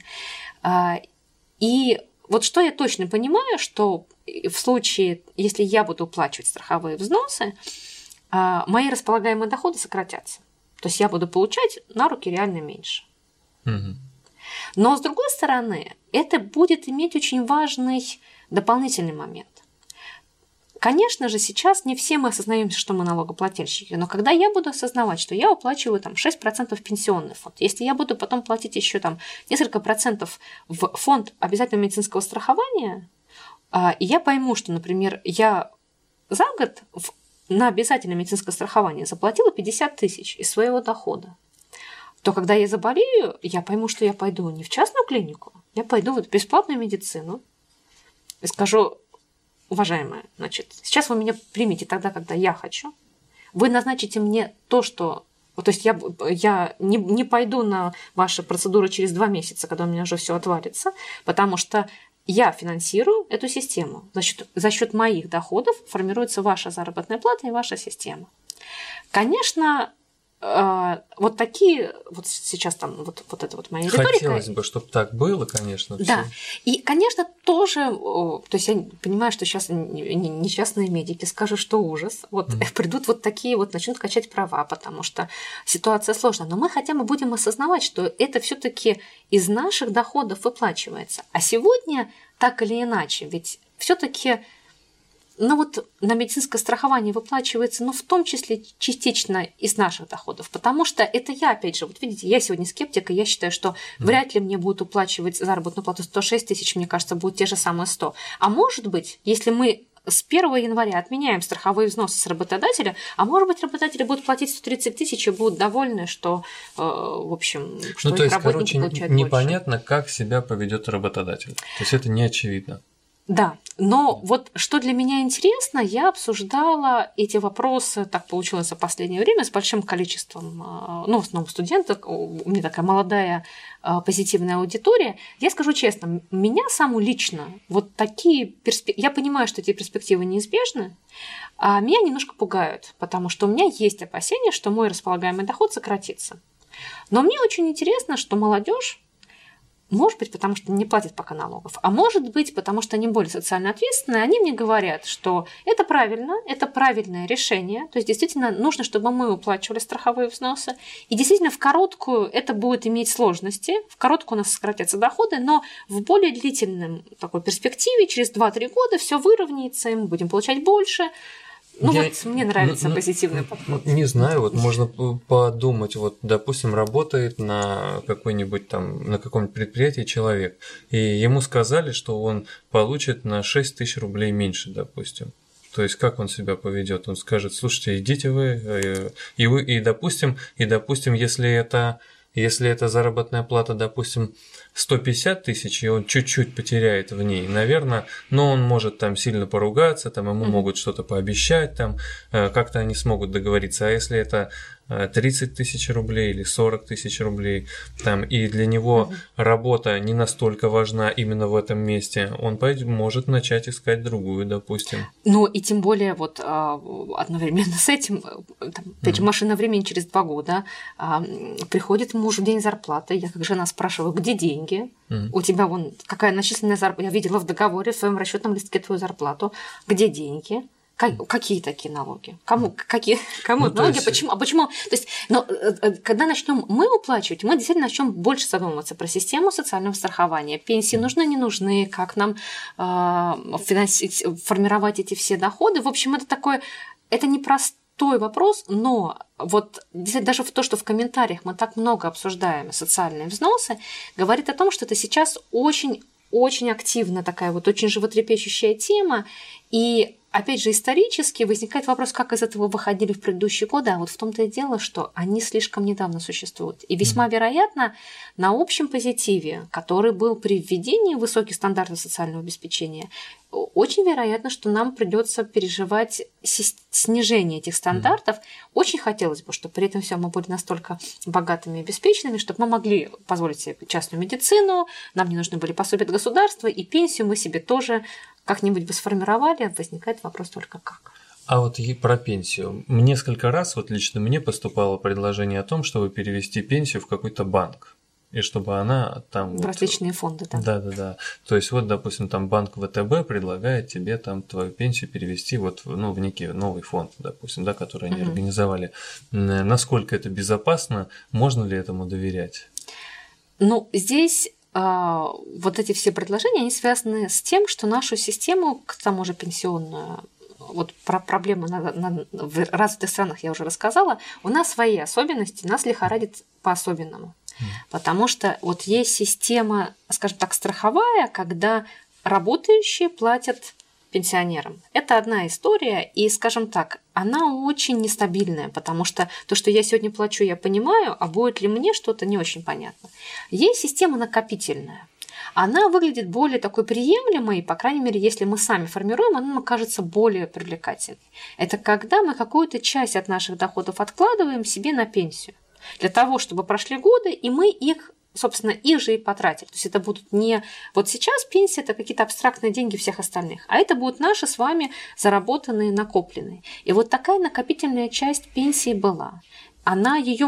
И вот что я точно понимаю, что в случае, если я буду уплачивать страховые взносы, мои располагаемые доходы сократятся. То есть я буду получать на руки реально меньше. Но, с другой стороны, это будет иметь очень важный дополнительный момент. Конечно же, сейчас не все мы осознаем, что мы налогоплательщики, но когда я буду осознавать, что я уплачиваю там, 6% в пенсионный фонд, если я буду потом платить еще там, несколько процентов в фонд обязательного медицинского страхования, и я пойму, что, например, я за год на обязательное медицинское страхование заплатила 50 тысяч из своего дохода, то когда я заболею, я пойму, что я пойду не в частную клинику, я пойду в бесплатную медицину и скажу: уважаемая, значит, сейчас вы меня примите тогда, когда я хочу, вы назначите мне то, что... То есть я не пойду на ваши процедуры через 2 месяца, когда у меня уже все отвалится, потому что я финансирую эту систему. За счет моих доходов формируется ваша заработная плата и ваша система. Конечно, вот такие, вот сейчас там вот это вот моя риторика. Хотелось бы, чтобы так было, конечно. Да, и, конечно, тоже, то есть я понимаю, что сейчас несчастные медики скажут, что ужас, вот придут вот такие вот, начнут качать права, потому что ситуация сложная, но мы хотя бы будем осознавать, что это все-таки из наших доходов выплачивается. А сегодня так или иначе, ведь все-таки на медицинское страхование выплачивается, в том числе частично из наших доходов, потому что это я, опять же, вот видите, я сегодня скептик, и я считаю, что вряд ли мне будут уплачивать заработную плату 106 тысяч, мне кажется, будут те же самые 100. А может быть, если мы с 1 января отменяем страховые взносы с работодателя, а может быть, работодатели будут платить 130 тысяч и будут довольны, что, в общем, что то их есть, работники получают непонятно, больше. как себя поведет работодатель. То есть это не очевидно. Да, но вот что для меня интересно, я обсуждала эти вопросы, так получилось за последнее время, с большим количеством, в основном студенток, у меня такая молодая позитивная аудитория. Я скажу честно, меня саму лично вот такие перспективы, я понимаю, что эти перспективы неизбежны, а меня немножко пугают, потому что у меня есть опасения, что мой располагаемый доход сократится. Но мне очень интересно, что молодежь, может быть, потому что не платят пока налогов, а может быть, потому что они более социально ответственные, они мне говорят, что это правильно, это правильное решение, то есть действительно нужно, чтобы мы уплачивали страховые взносы, и действительно в короткую это будет иметь сложности, в короткую у нас сократятся доходы, но в более длительном такой перспективе, через 2-3 года все выровняется, и мы будем получать больше. Мне нравится позитивный подход. Не знаю, вот можно подумать, вот, допустим, работает на какой-нибудь там, на каком-нибудь предприятии человек, и ему сказали, что он получит на 6 тысяч рублей меньше, допустим. То есть, как он себя поведет? Он скажет: слушайте, идите вы, и допустим, если это заработная плата, допустим, 150 тысяч, и он чуть-чуть потеряет в ней, наверное, но он может там сильно поругаться, там ему могут что-то пообещать, там как-то они смогут договориться. А если это 30 тысяч рублей или 40 тысяч рублей, там, и для него работа не настолько важна именно в этом месте, он может начать искать другую, допустим. И тем более вот одновременно с этим, опять же, машина времени через 2 года, приходит муж в день зарплаты, я как жена спрашиваю: где деньги? У тебя какая начисленная зарплата? Я видела в договоре, в своем расчетном листке твою зарплату. Где деньги? Какие такие налоги? Кому налоги? Есть... Почему? То есть, когда начнем мы уплачивать, мы действительно начнем больше задумываться про систему социального страхования. Пенсии нужны, не нужны, как нам формировать эти все доходы. В общем, это непростой вопрос, но вот даже то, что в комментариях мы так много обсуждаем социальные взносы, говорит о том, что это сейчас очень, очень активно такая вот очень животрепещущая тема, и опять же, исторически возникает вопрос, как из этого выходили в предыдущие годы, а вот в том-то и дело, что они слишком недавно существуют. И весьма вероятно, на общем позитиве, который был при введении высоких стандартов социального обеспечения, очень вероятно, что нам придется переживать снижение этих стандартов. Очень хотелось бы, чтобы при этом всем мы были настолько богатыми и обеспеченными, чтобы мы могли позволить себе частную медицину, нам не нужны были пособия от государства, и пенсию мы себе тоже как-нибудь бы сформировали. Возникает вопрос только как. А вот и про пенсию. Несколько раз вот лично мне поступало предложение о том, чтобы перевести пенсию в какой-то банк. И чтобы она там... В различные фонды, да. Да. То есть, вот, допустим, там банк ВТБ предлагает тебе там твою пенсию перевести вот в некий новый фонд, допустим, да, который они организовали. Насколько это безопасно? Можно ли этому доверять? Ну, здесь вот эти все предложения, они связаны с тем, что нашу систему, к тому же пенсионную, вот про проблемы в развитых странах я уже рассказала, у нас свои особенности, нас лихорадит по-особенному. Потому что вот есть система, скажем так, страховая, когда работающие платят пенсионерам. Это одна история, и, скажем так, она очень нестабильная, потому что то, что я сегодня плачу, я понимаю, а будет ли мне что-то, не очень понятно. Есть система накопительная. Она выглядит более такой приемлемой, по крайней мере, если мы сами формируем, она нам кажется более привлекательной. Это когда мы какую-то часть от наших доходов откладываем себе на пенсию. Для того, чтобы прошли годы, и мы их, собственно, их же и потратили. То есть это будут не... Вот сейчас пенсия – это какие-то абстрактные деньги всех остальных, а это будут наши с вами заработанные, накопленные. И вот такая накопительная часть пенсии была. Ею,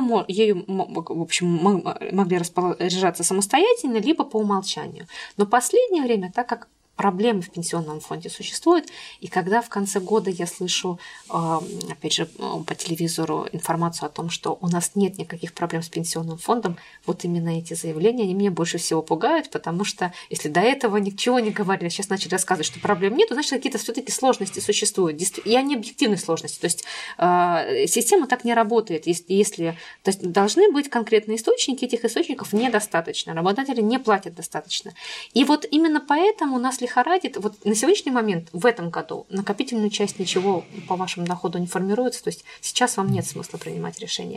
в общем, мы могли распоряжаться самостоятельно, либо по умолчанию. Но в последнее время, так как проблемы в пенсионном фонде существуют, и когда в конце года я слышу, опять же, по телевизору информацию о том, что у нас нет никаких проблем с пенсионным фондом, вот именно эти заявления, они меня больше всего пугают, потому что если до этого ничего не говорили, сейчас начали рассказывать, что проблем нет, то значит, какие-то все-таки сложности существуют, и они объективные сложности, то есть система так не работает, если то есть должны быть конкретные источники, этих источников недостаточно, работодатели не платят достаточно. И вот именно поэтому у нас лихорадит. Вот на сегодняшний момент, в этом году, накопительную часть ничего по вашему доходу не формируется, то есть сейчас вам нет смысла принимать решение.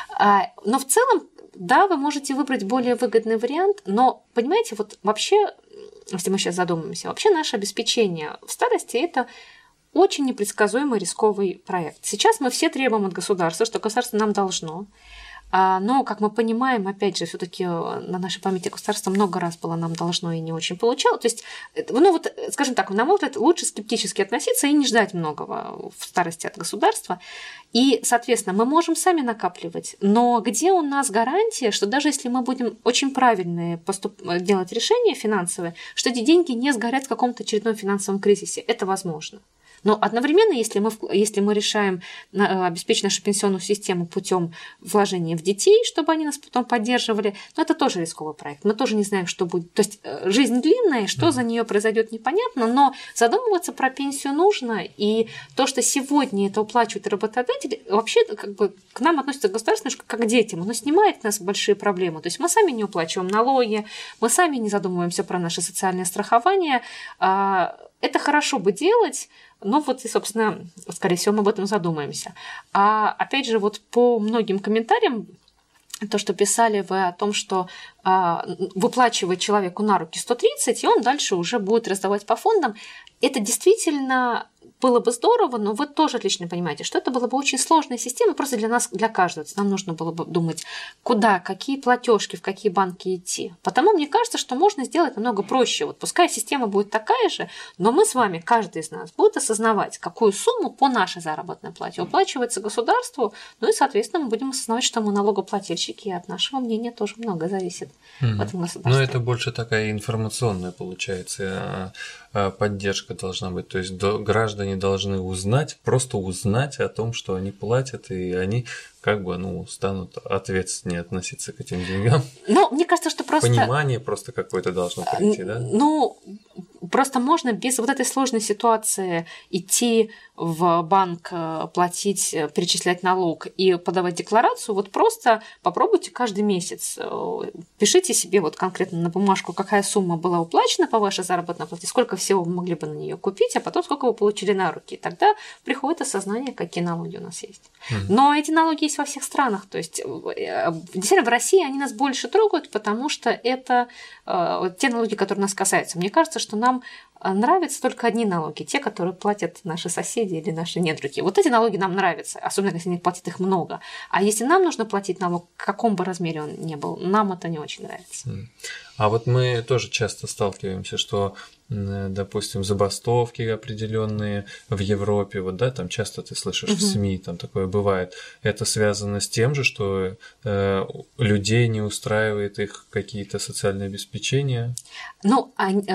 Но в целом, да, вы можете выбрать более выгодный вариант, но, понимаете, вот вообще, если мы сейчас задумаемся, вообще наше обеспечение в старости – это очень непредсказуемый рисковый проект. Сейчас мы все требуем от государства, что государство нам должно. Но, как мы понимаем, опять же, все-таки на нашей памяти государство много раз было нам должно и не очень получало. То есть, ну вот, скажем так, на мой взгляд, лучше скептически относиться и не ждать многого в старости от государства. И, соответственно, мы можем сами накапливать. Но где у нас гарантия, что даже если мы будем очень правильные делать решения финансовые, что эти деньги не сгорят в каком-то очередном финансовом кризисе? Это возможно. Но одновременно, если мы решаем обеспечить нашу пенсионную систему путем вложения в детей, чтобы они нас потом поддерживали, это тоже рисковый проект. Мы тоже не знаем, что будет. То есть жизнь длинная, что за нее произойдет, непонятно, но задумываться про пенсию нужно. И то, что сегодня это уплачивают работодатели, вообще как бы к нам относится государство немножко как к детям. Оно снимает с нас большие проблемы. То есть мы сами не уплачиваем налоги, мы сами не задумываемся про наше социальное страхование. Это хорошо бы делать, но вот и, собственно, скорее всего, мы об этом задумаемся. А опять же, вот по многим комментариям, то, что писали вы о том, что выплачивать человеку на руки 130, и он дальше уже будет раздавать по фондам, это действительно было бы здорово, но вы тоже отлично понимаете, что это была бы очень сложная система просто для нас, для каждого. Нам нужно было бы думать, куда, какие платежки, в какие банки идти. Потому мне кажется, что можно сделать намного проще. Вот пускай система будет такая же, но мы с вами, каждый из нас, будет осознавать, какую сумму по нашей заработной плате уплачивается государству, ну и, соответственно, мы будем осознавать, что мы налогоплательщики, и от нашего мнения тоже много зависит в этом государстве. Но это больше такая информационная, получается, поддержка должна быть. То есть граждане должны узнать, просто узнать о том, что они платят, и они как бы, станут ответственнее относиться к этим деньгам. Ну, мне кажется, что просто... Понимание просто какое-то должно прийти, да? Просто можно без вот этой сложной ситуации идти в банк, платить, перечислять налог и подавать декларацию. Вот просто попробуйте каждый месяц. Пишите себе вот конкретно на бумажку, какая сумма была уплачена по вашей заработной плате, сколько всего вы могли бы на нее купить, а потом сколько вы получили на руки. И тогда приходит осознание, какие налоги у нас есть. Но эти налоги есть во всех странах. То есть, действительно, в России они нас больше трогают, потому что это те налоги, которые нас касаются. Мне кажется, что нам нравятся только одни налоги, те, которые платят наши соседи или наши недруги. Вот эти налоги нам нравятся, особенно если они платят их много. А если нам нужно платить налог, в каком бы размере он ни был, нам это не очень нравится. А вот мы тоже часто сталкиваемся, что, допустим, забастовки определенные в Европе, вот, да, там часто ты слышишь в СМИ, там такое бывает. Это связано с тем же, что людей не устраивает их какие-то социальные обеспечения? Ну,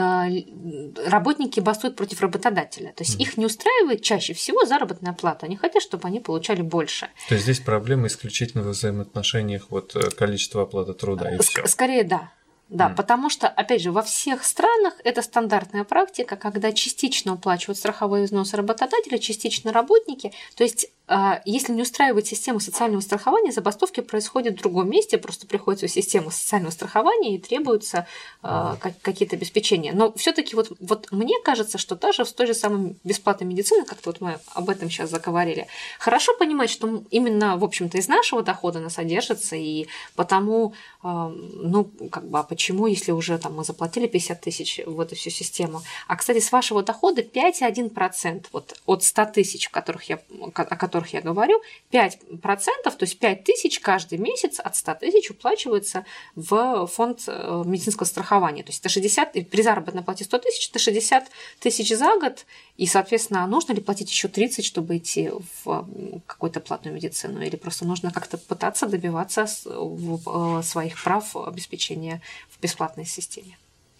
работники бастуют против работодателя. То есть их не устраивает чаще всего заработная плата. Они хотят, чтобы они получали больше. То есть здесь проблема исключительно в взаимоотношениях вот, количества оплаты труда и все. Скорее, да. Да, потому что, опять же, во всех странах это стандартная практика, когда частично уплачивают страховые взносы работодателя, частично работники. То есть, если не устраивает систему социального страхования, забастовки происходят в другом месте, просто приходится в систему социального страхования и требуются какие-то обеспечения. Но все-таки вот мне кажется, что даже в той же самой бесплатной медицине, как-то вот мы об этом сейчас заговорили, хорошо понимать, что именно, в общем-то, из нашего дохода она содержится, и потому, ну, как бы, а почему, если уже там мы заплатили 50 тысяч в эту всю систему? А, кстати, с вашего дохода 5,1% вот, от 100 тысяч, о которых я говорю, 5%, то есть 5 тысяч каждый месяц от 100 тысяч уплачивается в фонд медицинского страхования. То есть это 60, при заработной плате 100 тысяч, это 60 тысяч за год, и, соответственно, нужно ли платить еще 30, чтобы идти в какую-то платную медицину, или просто нужно как-то пытаться добиваться своих прав обеспечения в бесплатной системе?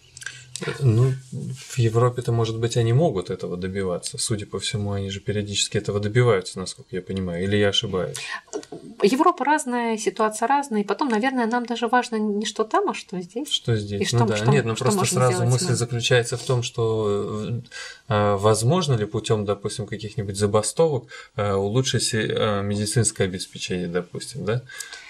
Ну, в Европе-то, может быть, они могут этого добиваться. Судя по всему, они же периодически этого добиваются, насколько я понимаю. Или я ошибаюсь? Европа разная, ситуация разная. И потом, наверное, нам даже важно не что там, а что здесь. Что здесь? И что, да. что, Нет, ну что просто сразу мысль мы? заключается в том, что возможно ли путем, допустим, каких-нибудь забастовок улучшить медицинское обеспечение, допустим, да?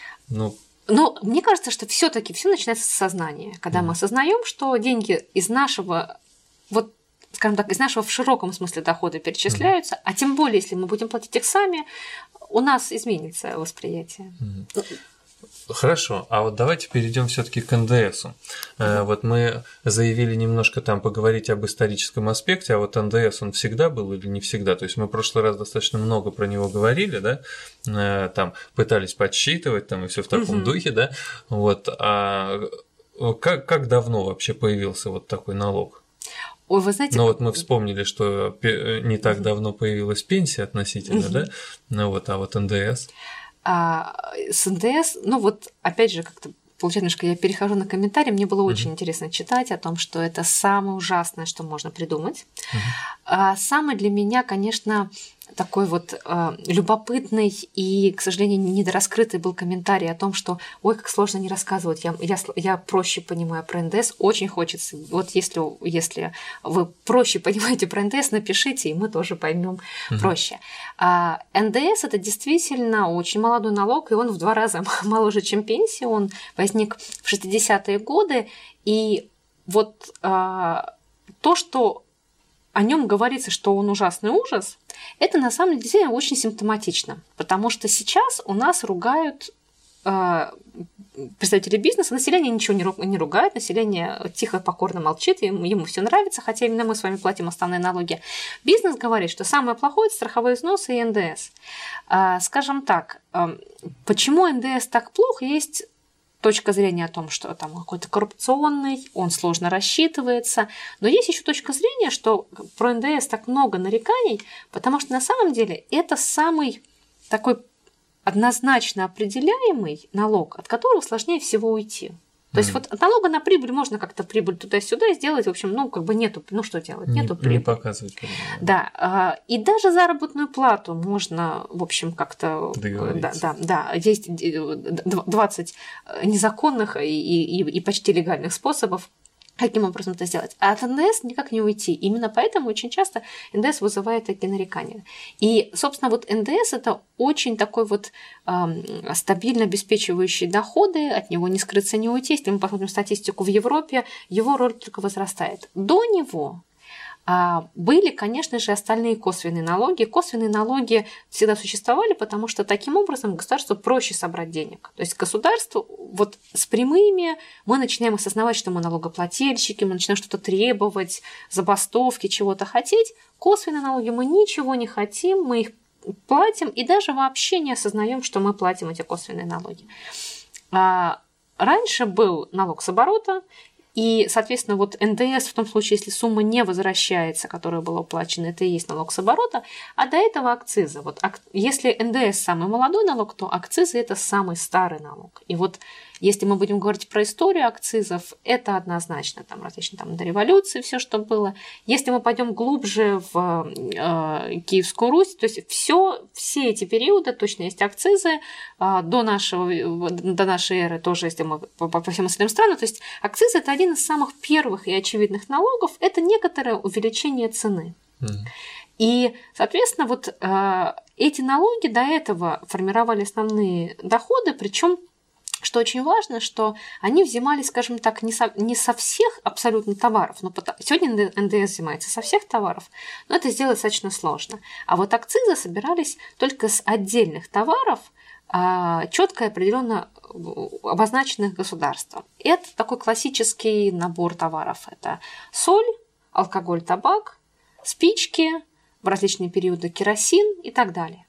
Но мне кажется, что все-таки все начинается с сознания, когда мы осознаем, что деньги из нашего, вот, скажем так, из нашего в широком смысле дохода перечисляются, а тем более, если мы будем платить их сами, у нас изменится восприятие. Хорошо, а вот давайте перейдем все-таки к НДСу. Вот мы заявили немножко там поговорить об историческом аспекте, а вот НДС он всегда был или не всегда? То есть мы в прошлый раз достаточно много про него говорили, да, там пытались подсчитывать там и все в таком духе, да, вот. А как давно вообще появился вот такой налог? Ой, вы знаете, ну вот мы вспомнили, что не так давно появилась пенсия относительно, да, ну вот, а вот НДС. С НДС, ну вот опять же, как-то получается, немножко я перехожу на комментарии, мне было очень интересно читать о том, что это самое ужасное, что можно придумать. Самый для меня, конечно, такой вот любопытный и, к сожалению, недораскрытый был комментарий о том, что ой, как сложно не рассказывать, я проще понимаю про НДС, очень хочется. Вот если вы проще понимаете про НДС, напишите, и мы тоже поймем проще. НДС – это действительно очень молодой налог, и он в 2 раза моложе, чем пенсия. Он возник в 60-е годы, и вот то, что о нем говорится, что он ужасный ужас, это на самом деле действительно очень симптоматично, потому что сейчас у нас ругают представители бизнеса, население ничего не ругает, население тихо, покорно молчит, ему все нравится, хотя именно мы с вами платим основные налоги. Бизнес говорит, что самое плохое – это страховые взносы и НДС. Скажем так, почему НДС так плох, есть точка зрения о том, что там какой-то коррупционный, он сложно рассчитывается. Но есть еще точка зрения, что про НДС так много нареканий, потому что на самом деле это самый такой однозначно определяемый налог, от которого сложнее всего уйти. То есть вот от налога на прибыль можно как-то прибыль туда-сюда сделать, в общем, как бы нету, что делать, нету прибыли. Не показывать. Да, и даже заработную плату можно, в общем, как-то... Да, есть 20 незаконных и почти легальных способов Каким образом это сделать? А от НДС никак не уйти. Именно поэтому очень часто НДС вызывает такие нарекания. И, собственно, вот НДС – это очень такой вот стабильно обеспечивающий доходы, от него не скрыться, не уйти. Если мы посмотрим статистику в Европе, его роль только возрастает. До него были, конечно же, остальные косвенные налоги. Косвенные налоги всегда существовали, потому что таким образом государству проще собрать денег. То есть государству вот с прямыми мы начинаем осознавать, что мы налогоплательщики, мы начинаем что-то требовать, забастовки, чего-то хотеть. Косвенные налоги мы ничего не хотим, мы их платим и даже вообще не осознаем, что мы платим эти косвенные налоги. Раньше был налог с оборота, и, соответственно, вот НДС в том случае, если сумма не возвращается, которая была уплачена, это и есть налог с оборота, а до этого акцизы. Вот если НДС самый молодой налог, то акцизы – это самый старый налог. И вот если мы будем говорить про историю акцизов, это однозначно там различные там до революции все, что было. Если мы пойдем глубже в Киевскую Русь, то есть все эти периоды точно есть акцизы. До нашей эры тоже, если мы по всем остальным странам, то есть акцизы – это один из самых первых и очевидных налогов, это некоторое увеличение цены. И, соответственно, вот эти налоги до этого формировали основные доходы, причем что очень важно, что они взимались, скажем так, не со всех абсолютно товаров. Сегодня НДС взимается со всех товаров, но это сделать достаточно сложно. А вот акцизы собирались только с отдельных товаров, четко и определенно обозначенных государством. Это такой классический набор товаров. Это соль, алкоголь, табак, спички, в различные периоды керосин и так далее.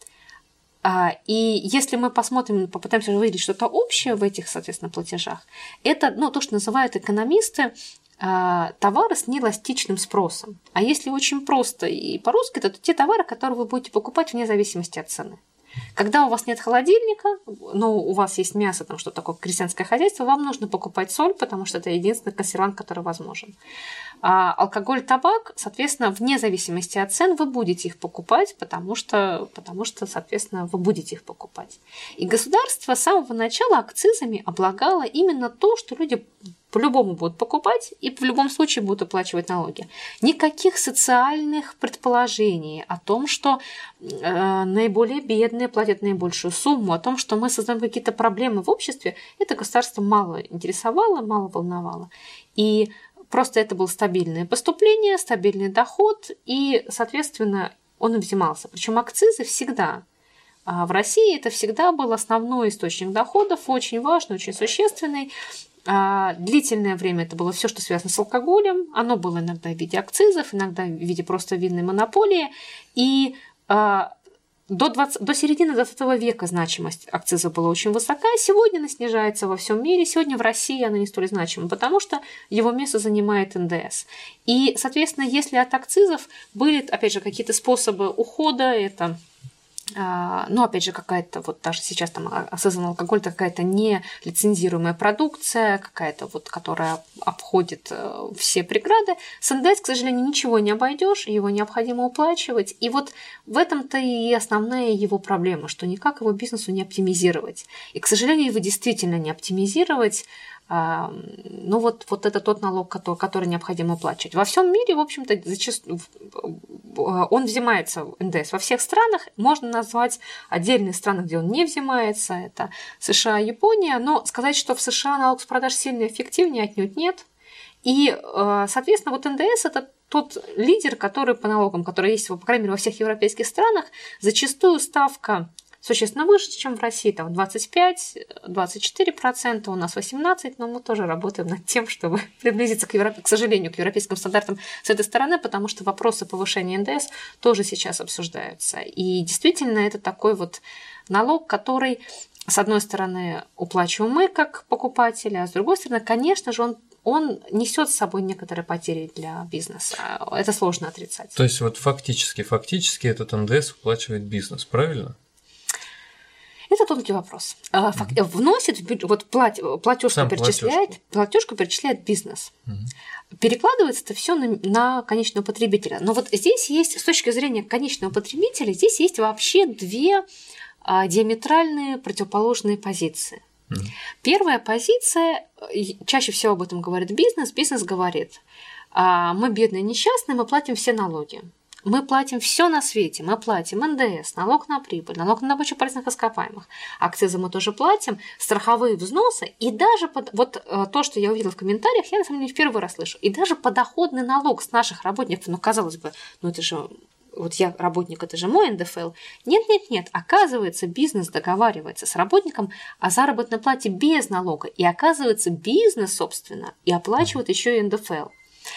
И если мы посмотрим, попытаемся увидеть что-то общее в этих, соответственно, платежах, это то, что называют экономисты товары с неэластичным спросом. А если очень просто и по-русски, то те товары, которые вы будете покупать вне зависимости от цены. Когда у вас нет холодильника, но у вас есть мясо, там что-то такое крестьянское хозяйство, вам нужно покупать соль, потому что это единственный консервант, который возможен. А алкоголь, табак, соответственно, вне зависимости от цен вы будете их покупать, потому что, соответственно, вы будете их покупать. И государство с самого начала акцизами облагало именно то, что люди по-любому будут покупать и в любом случае будут оплачивать налоги. Никаких социальных предположений о том, что наиболее бедные платят наибольшую сумму, о том, что мы создаем какие-то проблемы в обществе, это государство мало интересовало, мало волновало. И просто это было стабильное поступление, стабильный доход, и, соответственно, он и взимался. Причем акцизы всегда. В России это всегда был основной источник доходов, очень важный, очень существенный. Длительное время это было все, что связано с алкоголем. Оно было иногда в виде акцизов, иногда в виде просто винной монополии. И до середины 20 века значимость акциза была очень высока. Сегодня она снижается во всем мире. Сегодня в России она не столь значима, потому что его место занимает НДС. И, соответственно, если от акцизов были, опять же, какие-то способы ухода, это... опять же, какая-то, вот даже сейчас там осознанный алкоголь, это какая-то нелицензируемая продукция, какая-то вот, которая обходит все преграды. С НДС, к сожалению, ничего не обойдешь, его необходимо уплачивать. И вот в этом-то и основная его проблема, что никак его бизнесу не оптимизировать. И, к сожалению, его действительно не оптимизировать. Вот это тот налог, который необходимо уплачивать. Во всем мире, в общем-то, зачастую он взимается, НДС, во всех странах. Можно назвать отдельные страны, где он не взимается. Это США и Япония. Но сказать, что в США налог с продаж сильно эффективнее, отнюдь нет. И, соответственно, вот НДС – это тот лидер, который по налогам, который есть, по крайней мере, во всех европейских странах, зачастую ставка существенно выше, чем в России, там 25-24%, у нас 18%, но мы тоже работаем над тем, чтобы приблизиться, к сожалению, к европейским стандартам с этой стороны, потому что вопросы повышения НДС тоже сейчас обсуждаются. И действительно, это такой вот налог, который, с одной стороны, уплачиваем мы как покупатели, а с другой стороны, конечно же, он несет с собой некоторые потери для бизнеса. Это сложно отрицать. То есть вот фактически этот НДС уплачивает бизнес, правильно? Это тонкий вопрос. Вносит платежку перечисляет бизнес. Перекладывается это все на конечного потребителя. Но вот здесь есть, с точки зрения конечного потребителя, здесь есть вообще две диаметральные противоположные позиции. Первая позиция, чаще всего об этом говорит бизнес. Бизнес говорит, мы бедные, несчастные, мы платим все налоги. Мы платим все на свете. Мы платим НДС, налог на прибыль, налог на добычу полезных ископаемых. Акцизы мы тоже платим, страховые взносы. И даже то, что я увидела в комментариях, я на самом деле в первый раз слышу. И даже подоходный налог с наших работников, казалось бы, это же... я работник, это же мой НДФЛ. Нет. Оказывается, бизнес договаривается с работником о заработной плате без налога. И оказывается, бизнес, собственно, и оплачивает еще и НДФЛ.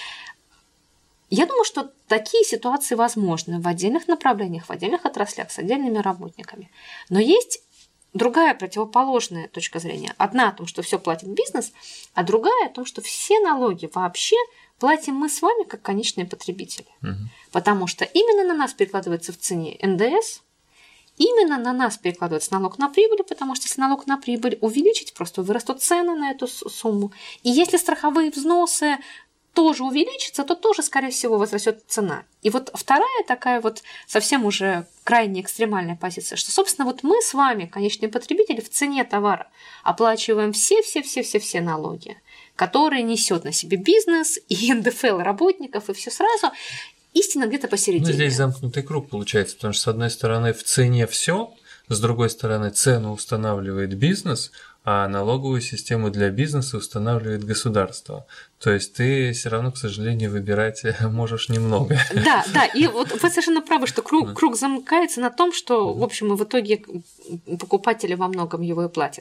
Я думаю, что такие ситуации возможны в отдельных направлениях, в отдельных отраслях с отдельными работниками. Но есть другая противоположная точка зрения. Одна о том, что все платит бизнес, а другая о том, что все налоги вообще платим мы с вами как конечные потребители. Потому что именно на нас перекладывается в цене НДС, именно на нас перекладывается налог на прибыль, потому что если налог на прибыль увеличить, просто вырастут цены на эту сумму. И если страховые взносы тоже увеличится, то тоже, скорее всего, возрастет цена. И вторая такая совсем уже крайне экстремальная позиция, что, собственно, мы с вами, конечные потребители, в цене товара оплачиваем все налоги, которые несет на себе бизнес и НДФЛ работников, и все сразу. Истина где-то посередине. Здесь замкнутый круг получается, потому что, с одной стороны, в цене все, с другой стороны, цену устанавливает бизнес, а налоговую систему для бизнеса устанавливает государство. То есть ты все равно, к сожалению, выбирать можешь немного. Да, и вы совершенно правы, что круг замыкается на том, что, в общем, в итоге покупатели во многом его и платят.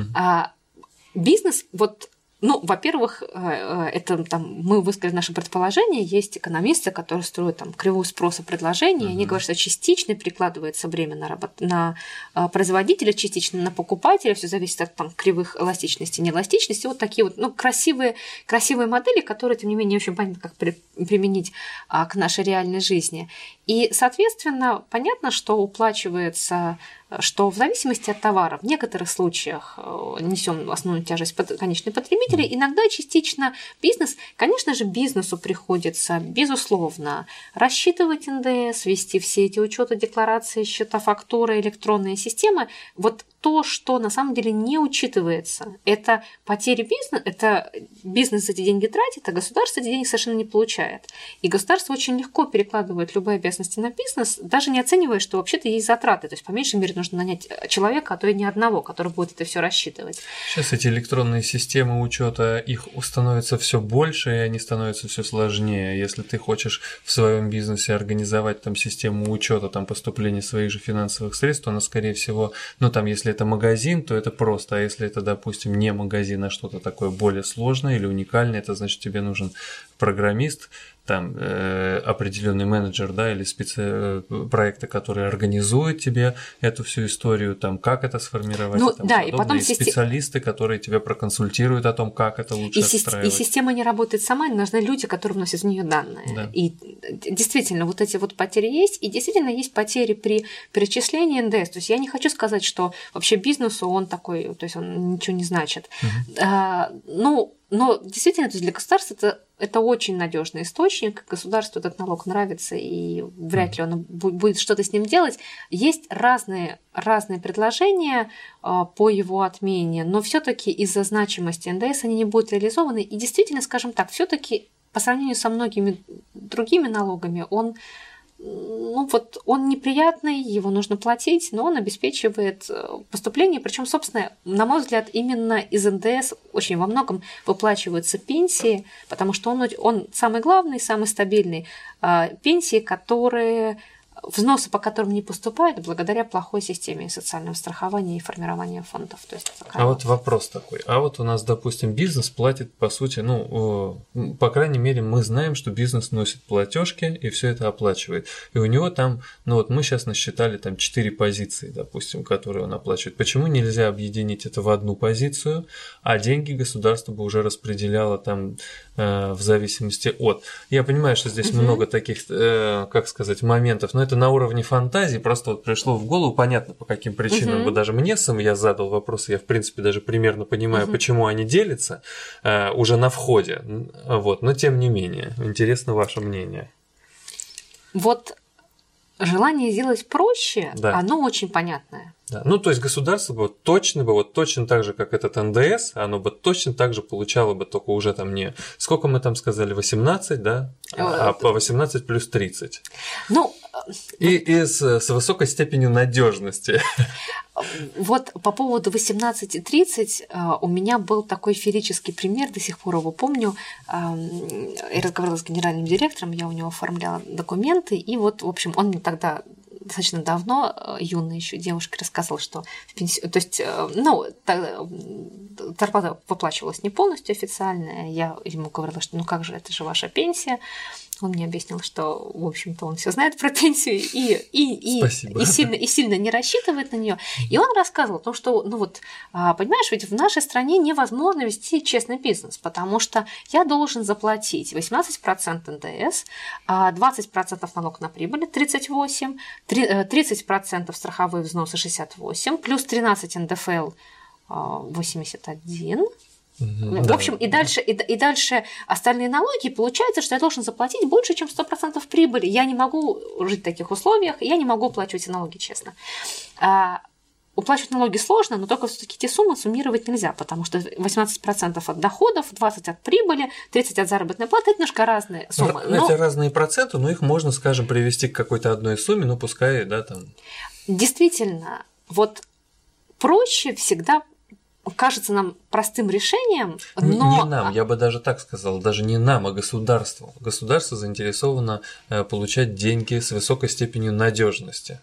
Бизнес, во-первых, это мы высказали наше предположение, есть экономисты, которые строят кривую спроса предложения, и они говорят, что частично перекладывается время на производителя, частично на покупателя, все зависит от кривых эластичности, неэластичности, такие красивые модели, которые, тем не менее, очень понятно, как применить к нашей реальной жизни. И, соответственно, понятно, что уплачивается, что в зависимости от товара в некоторых случаях несем основную тяжесть конечные потребители, иногда частично бизнес. Конечно же, бизнесу приходится, безусловно, рассчитывать НДС, вести все эти учеты, декларации, счета, фактуры, электронные системы. То, что на самом деле не учитывается, это потери бизнеса, это бизнес эти деньги тратит, а государство эти деньги совершенно не получает. И государство очень легко перекладывает любые обязанности на бизнес, даже не оценивая, что вообще-то есть затраты. То есть, по меньшей мере, нужно нанять человека, а то и не одного, который будет это все рассчитывать. Сейчас эти электронные системы учета, их становится все больше, и они становятся все сложнее. Если ты хочешь в своем бизнесе организовать систему учета поступления своих же финансовых средств, то она, скорее всего, если это магазин, то это просто, а если это, допустим, не магазин, а что-то такое более сложное или уникальное, это значит, тебе нужен программист, определенный менеджер, или проекта, который организует тебе эту всю историю, как это сформировать, и потом специалисты, которые тебя проконсультируют о том, как это лучше отстраивать. И система не работает сама, нужны люди, которые вносят в нее данные. Да. И действительно, эти потери есть, и действительно есть потери при перечислении НДС. То есть я не хочу сказать, что вообще бизнесу он такой, то есть он ничего не значит. Но действительно, то есть для государства это очень надежный источник, государству этот налог нравится, и вряд ли он будет что-то с ним делать. Есть разные предложения по его отмене, но все-таки из-за значимости НДС они не будут реализованы. И действительно, скажем так, все-таки по сравнению со многими другими налогами он неприятный, его нужно платить, но он обеспечивает поступление. Причем, собственно, на мой взгляд, именно из НДС очень во многом выплачиваются пенсии, потому что он самый главный, самый стабильный. Пенсии, взносы по которым не поступают благодаря плохой системе социального страхования и формирования фондов. То есть вопрос такой. У нас, допустим, бизнес платит, по сути, по крайней мере, мы знаем, что бизнес носит платежки и все это оплачивает. И у него мы сейчас насчитали 4 позиции, допустим, которые он оплачивает. Почему нельзя объединить это в одну позицию, а деньги государство бы уже распределяло в зависимости от... Я понимаю, что здесь много таких, моментов, но это на уровне фантазии, просто пришло в голову, понятно, по каким причинам, даже мне я задал вопрос, я, в принципе, даже примерно понимаю, почему они делятся уже на входе, но тем не менее, интересно ваше мнение. желание сделать проще, Да. оно очень понятное. Да. Ну, то есть государство бы точно так же, как этот НДС, оно бы точно так же получало бы, только уже там не... Сколько мы там сказали? 18, да? А по 18 плюс 30. Ну, и с высокой степенью надежности. Вот по поводу 18 и 30 у меня был такой феерический пример, до сих пор его помню. Я разговаривала с генеральным директором, я у него оформляла документы, и вот, в общем, он мне тогда достаточно давно, юная еще девушка, рассказывала, что то есть, ну, зарплата выплачивалась не полностью официальная. Я ему говорила, что ну как же, это же ваша пенсия. Он мне объяснил, что, в общем-то, он все знает про пенсию и сильно не рассчитывает на нее. И он рассказывал о том, что, ну вот, понимаешь, ведь в нашей стране невозможно вести честный бизнес, потому что я должен заплатить 18% НДС, 20% налог на прибыль 38%, 30% страховые взносы 68%, плюс 13% НДФЛ 81%. В общем, и дальше остальные налоги, получается, что я должен заплатить больше, чем 100% прибыли. Я не могу жить в таких условиях, я не могу уплачивать эти налоги честно. Уплачивать налоги сложно, но только все-таки эти суммы суммировать нельзя, потому что 18% от доходов, 20% от прибыли, 30% от заработной платы – это немножко разные суммы. Это разные проценты, но их можно, скажем, привести к какой-то одной сумме, ну пускай, да, там… Действительно, вот проще всегда… кажется нам простым решением, но… Не нам, я бы даже так сказал, даже не нам, а государству. Государство заинтересовано получать деньги с высокой степенью надежности.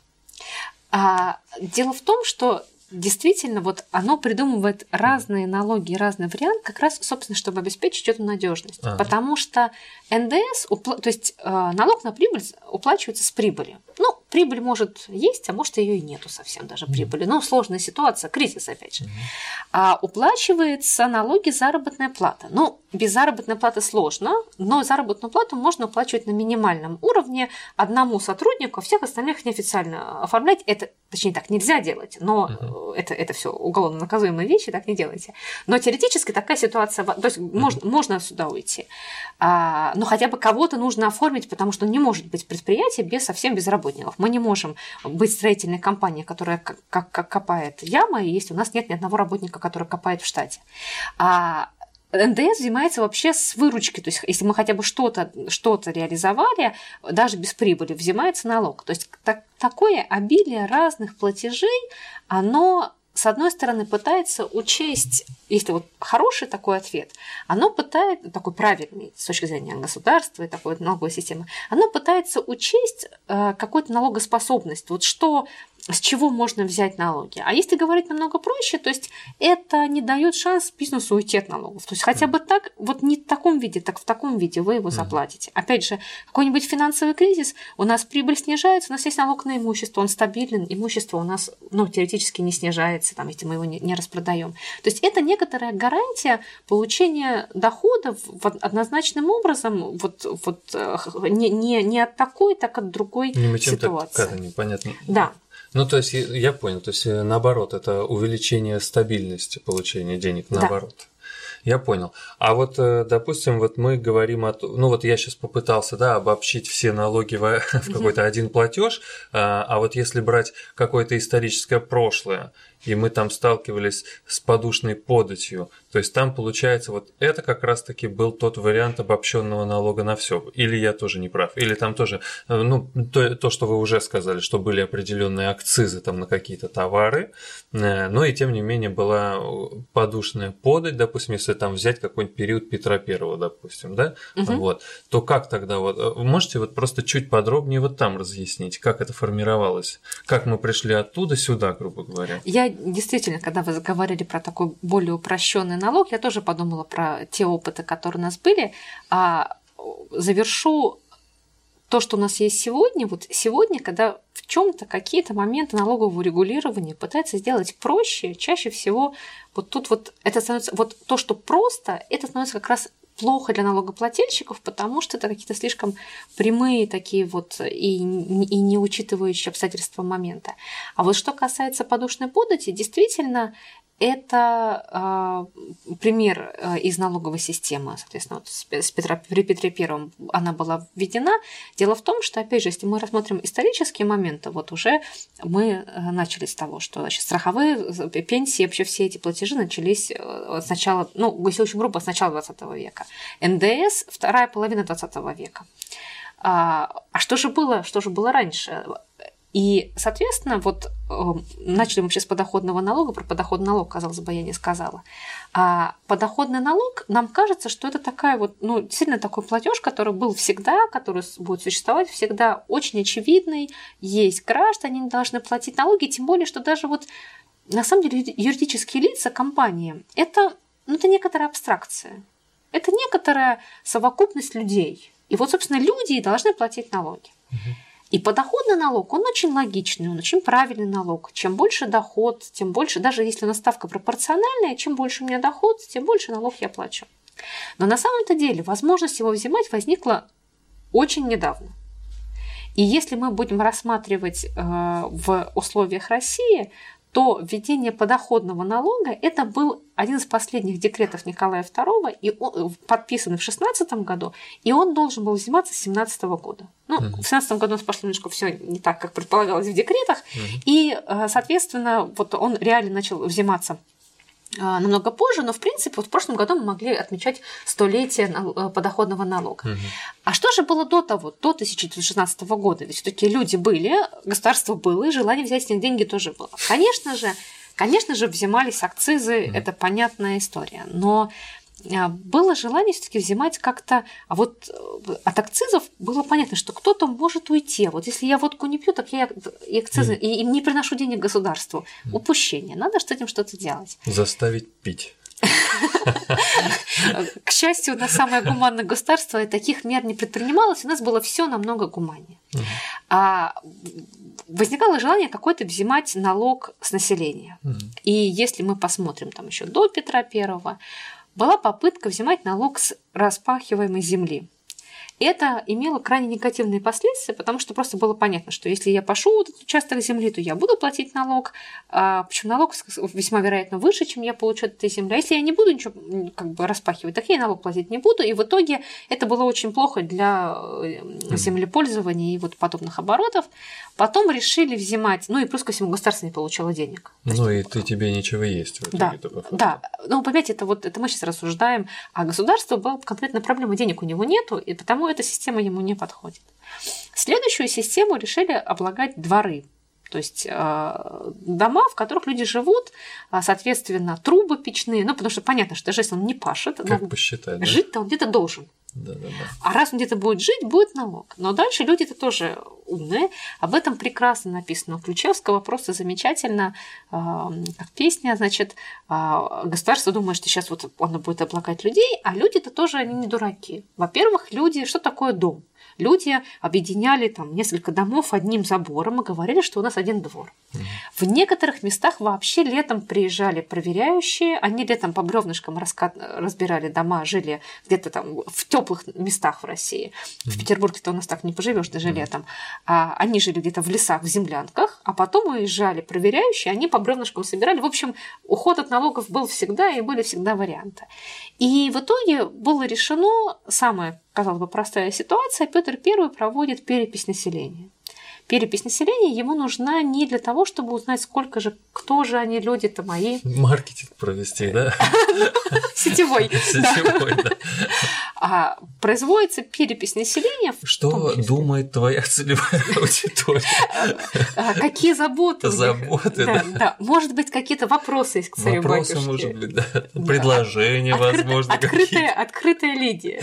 Дело в том, что действительно вот оно придумывает разные налоги, разный вариант, как раз, собственно, чтобы обеспечить эту надежность. Потому что НДС, то есть налог на прибыль уплачивается с прибыли. Ну, прибыль может есть, а может ее и нету совсем даже прибыли. Но сложная ситуация, кризис опять же. Уплачивается налоги заработная плата. Ну, без заработной платы сложно, но заработную плату можно уплачивать на минимальном уровне одному сотруднику, а всех остальных неофициально оформлять. Это, точнее так, нельзя делать, но это все уголовно наказуемые вещи, так не делайте. Но теоретически такая ситуация, то есть можно сюда уйти. Но хотя бы кого-то нужно оформить, потому что не может быть предприятие совсем без работников. Мы не можем быть строительной компанией, которая копает ямы, если у нас нет ни одного работника, который копает в штате. НДС взимается вообще с выручки, то есть если мы хотя бы что-то реализовали, даже без прибыли, взимается налог. То есть такое обилие разных платежей, оно, с одной стороны, пытается учесть, если вот хороший такой ответ, оно пытается, такой правильный с точки зрения государства и такой налоговой системы, оно пытается учесть какую-то налогоспособность, вот что, с чего можно взять налоги. А если говорить намного проще, то есть это не дает шанс бизнесу уйти от налогов. То есть хотя бы так, вот не в таком виде, так в таком виде вы его заплатите. Опять же, какой-нибудь финансовый кризис, у нас прибыль снижается, у нас есть налог на имущество, он стабилен, имущество у нас, теоретически не снижается, там, если мы его не распродаем. То есть это некоторая гарантия получения доходов однозначным образом, не от такой, так от другой ситуации. Какая-то непонятно. Да. Ну, то есть, я понял, то есть, наоборот, это увеличение стабильности получения денег, наоборот. Да. Я понял. А вот, допустим, вот мы говорим я сейчас попытался, обобщить все налоги в какой-то один платеж, а вот если брать какое-то историческое прошлое, и мы там сталкивались с подушной податью, то есть там получается вот это как раз-таки был тот вариант обобщенного налога на все. Или я тоже не прав, или там тоже, то, что вы уже сказали, что были определенные акцизы там на какие-то товары, но и тем не менее была подушная подать, допустим, если там взять какой-нибудь период Петра Первого, допустим, да, то как тогда можете просто чуть подробнее там разъяснить, как это формировалось, как мы пришли оттуда сюда, грубо говоря? Я действительно, когда вы заговорили про такой более упрощенный налог, я тоже подумала про те опыты, которые у нас были. Завершу то, что у нас есть сегодня. Вот сегодня, когда в чем-то какие-то моменты налогового регулирования пытаются сделать проще, чаще всего тут это становится то, что просто, это становится как раз плохо для налогоплательщиков, потому что это какие-то слишком прямые такие и не учитывающие обстоятельства момента. А вот что касается подушной подати, действительно, Это пример из налоговой системы, соответственно, при Петре Первом она была введена. Дело в том, что, опять же, если мы рассмотрим исторические моменты, вот уже мы начали с того, что, значит, страховые пенсии, вообще все эти платежи начались сначала, если очень грубо, с начала 20 века. НДС – вторая половина 20 века. А что же было раньше? И, соответственно, вот начали мы сейчас с подоходного налога. Про подоходный налог, казалось бы, я не сказала. А подоходный налог, нам кажется, что это такая вот, действительно такой платеж, который был всегда, который будет существовать всегда, очень очевидный. Есть граждане, они должны платить налоги, тем более, что даже вот на самом деле юридические лица, компании, это некоторая абстракция. Это некоторая совокупность людей. И вот, собственно, люди должны платить налоги. И подоходный налог, он очень логичный, он очень правильный налог. Чем больше доход, тем больше, даже если у нас ставка пропорциональная, чем больше у меня доход, тем больше налог я плачу. Но на самом-то деле возможность его взимать возникла очень недавно. И если мы будем рассматривать в условиях России, то введение подоходного налога – это был один из последних декретов Николая II, и он, подписанный в 16 году, и он должен был взиматься с 17 года. В 17 году у нас пошло немножко все не так, как предполагалось в декретах, и, соответственно, вот он реально начал взиматься намного позже, но, в принципе, вот в прошлом году мы могли отмечать 100-летие подоходного налога. А что же было до того, до 1916 года? Ведь все-таки люди были, государство было, и желание взять с них деньги тоже было. Конечно же, взимались акцизы, это понятная история, но было желание все-таки взимать как-то, а вот от акцизов было понятно, что кто-то может уйти. Вот если я водку не пью, так я и акцизы и не приношу денег государству. Упущение. Надо с этим что-то делать. Заставить пить. К счастью, у нас самое гуманное государство, и таких мер не предпринималось, у нас было все намного гуманнее. Возникало желание какой-то взимать налог с населения. И если мы посмотрим там еще до Петра Первого, была попытка взимать налог с распахиваемой земли. Это имело крайне негативные последствия, потому что просто было понятно, что если я пашу вот этот участок земли, то я буду платить налог, причем налог весьма вероятно выше, чем я получу от этой земли. А если я не буду ничего распахивать, так я и налог платить не буду. И в итоге это было очень плохо для землепользования и вот подобных оборотов. Потом решили взимать, и плюс ко всему государство не получало денег. И тебе ничего есть в итоге. Да. Понимаете, это мы сейчас рассуждаем, а государство была конкретно проблема, денег у него нету, и потому эта система ему не подходит. Следующую систему решили облагать дворы. То есть дома, в которых люди живут, соответственно, трубы печные, потому что понятно, что даже если он не пашет, посчитать, жить-то он где-то должен. Да. А раз он где-то будет жить, будет налог. Но дальше люди-то тоже умные. Об этом прекрасно написано у Ключевского, просто замечательно, как песня, значит, государство думает, что сейчас вот оно будет облагать людей, а люди-то тоже они не дураки. Во-первых, люди, что такое дом? Люди объединяли там несколько домов одним забором и говорили, что у нас один двор. В некоторых местах вообще летом приезжали проверяющие, они летом по бревнышкам разбирали дома, жили где-то там в теплых местах в России. В Петербурге-то у нас так не поживешь даже летом. Они жили где-то в лесах, в землянках, а потом уезжали проверяющие, они по бревнышкам собирали. В общем, уход от налогов был всегда, и были всегда варианты. И в итоге было решено, самая, казалось бы, простая ситуация, Петр I проводит перепись населения. Перепись населения ему нужна не для того, чтобы узнать, кто же они, люди-то мои. Маркетинг провести, да? Сетевой. Да. Производится перепись населения. Что думает твоя целевая аудитория? Какие заботы? Заботы, да. Может быть, какие-то вопросы есть к царю-батюшке. Вопросы, может быть, да. Предложения, возможно, какие-то. Открытая Лидия.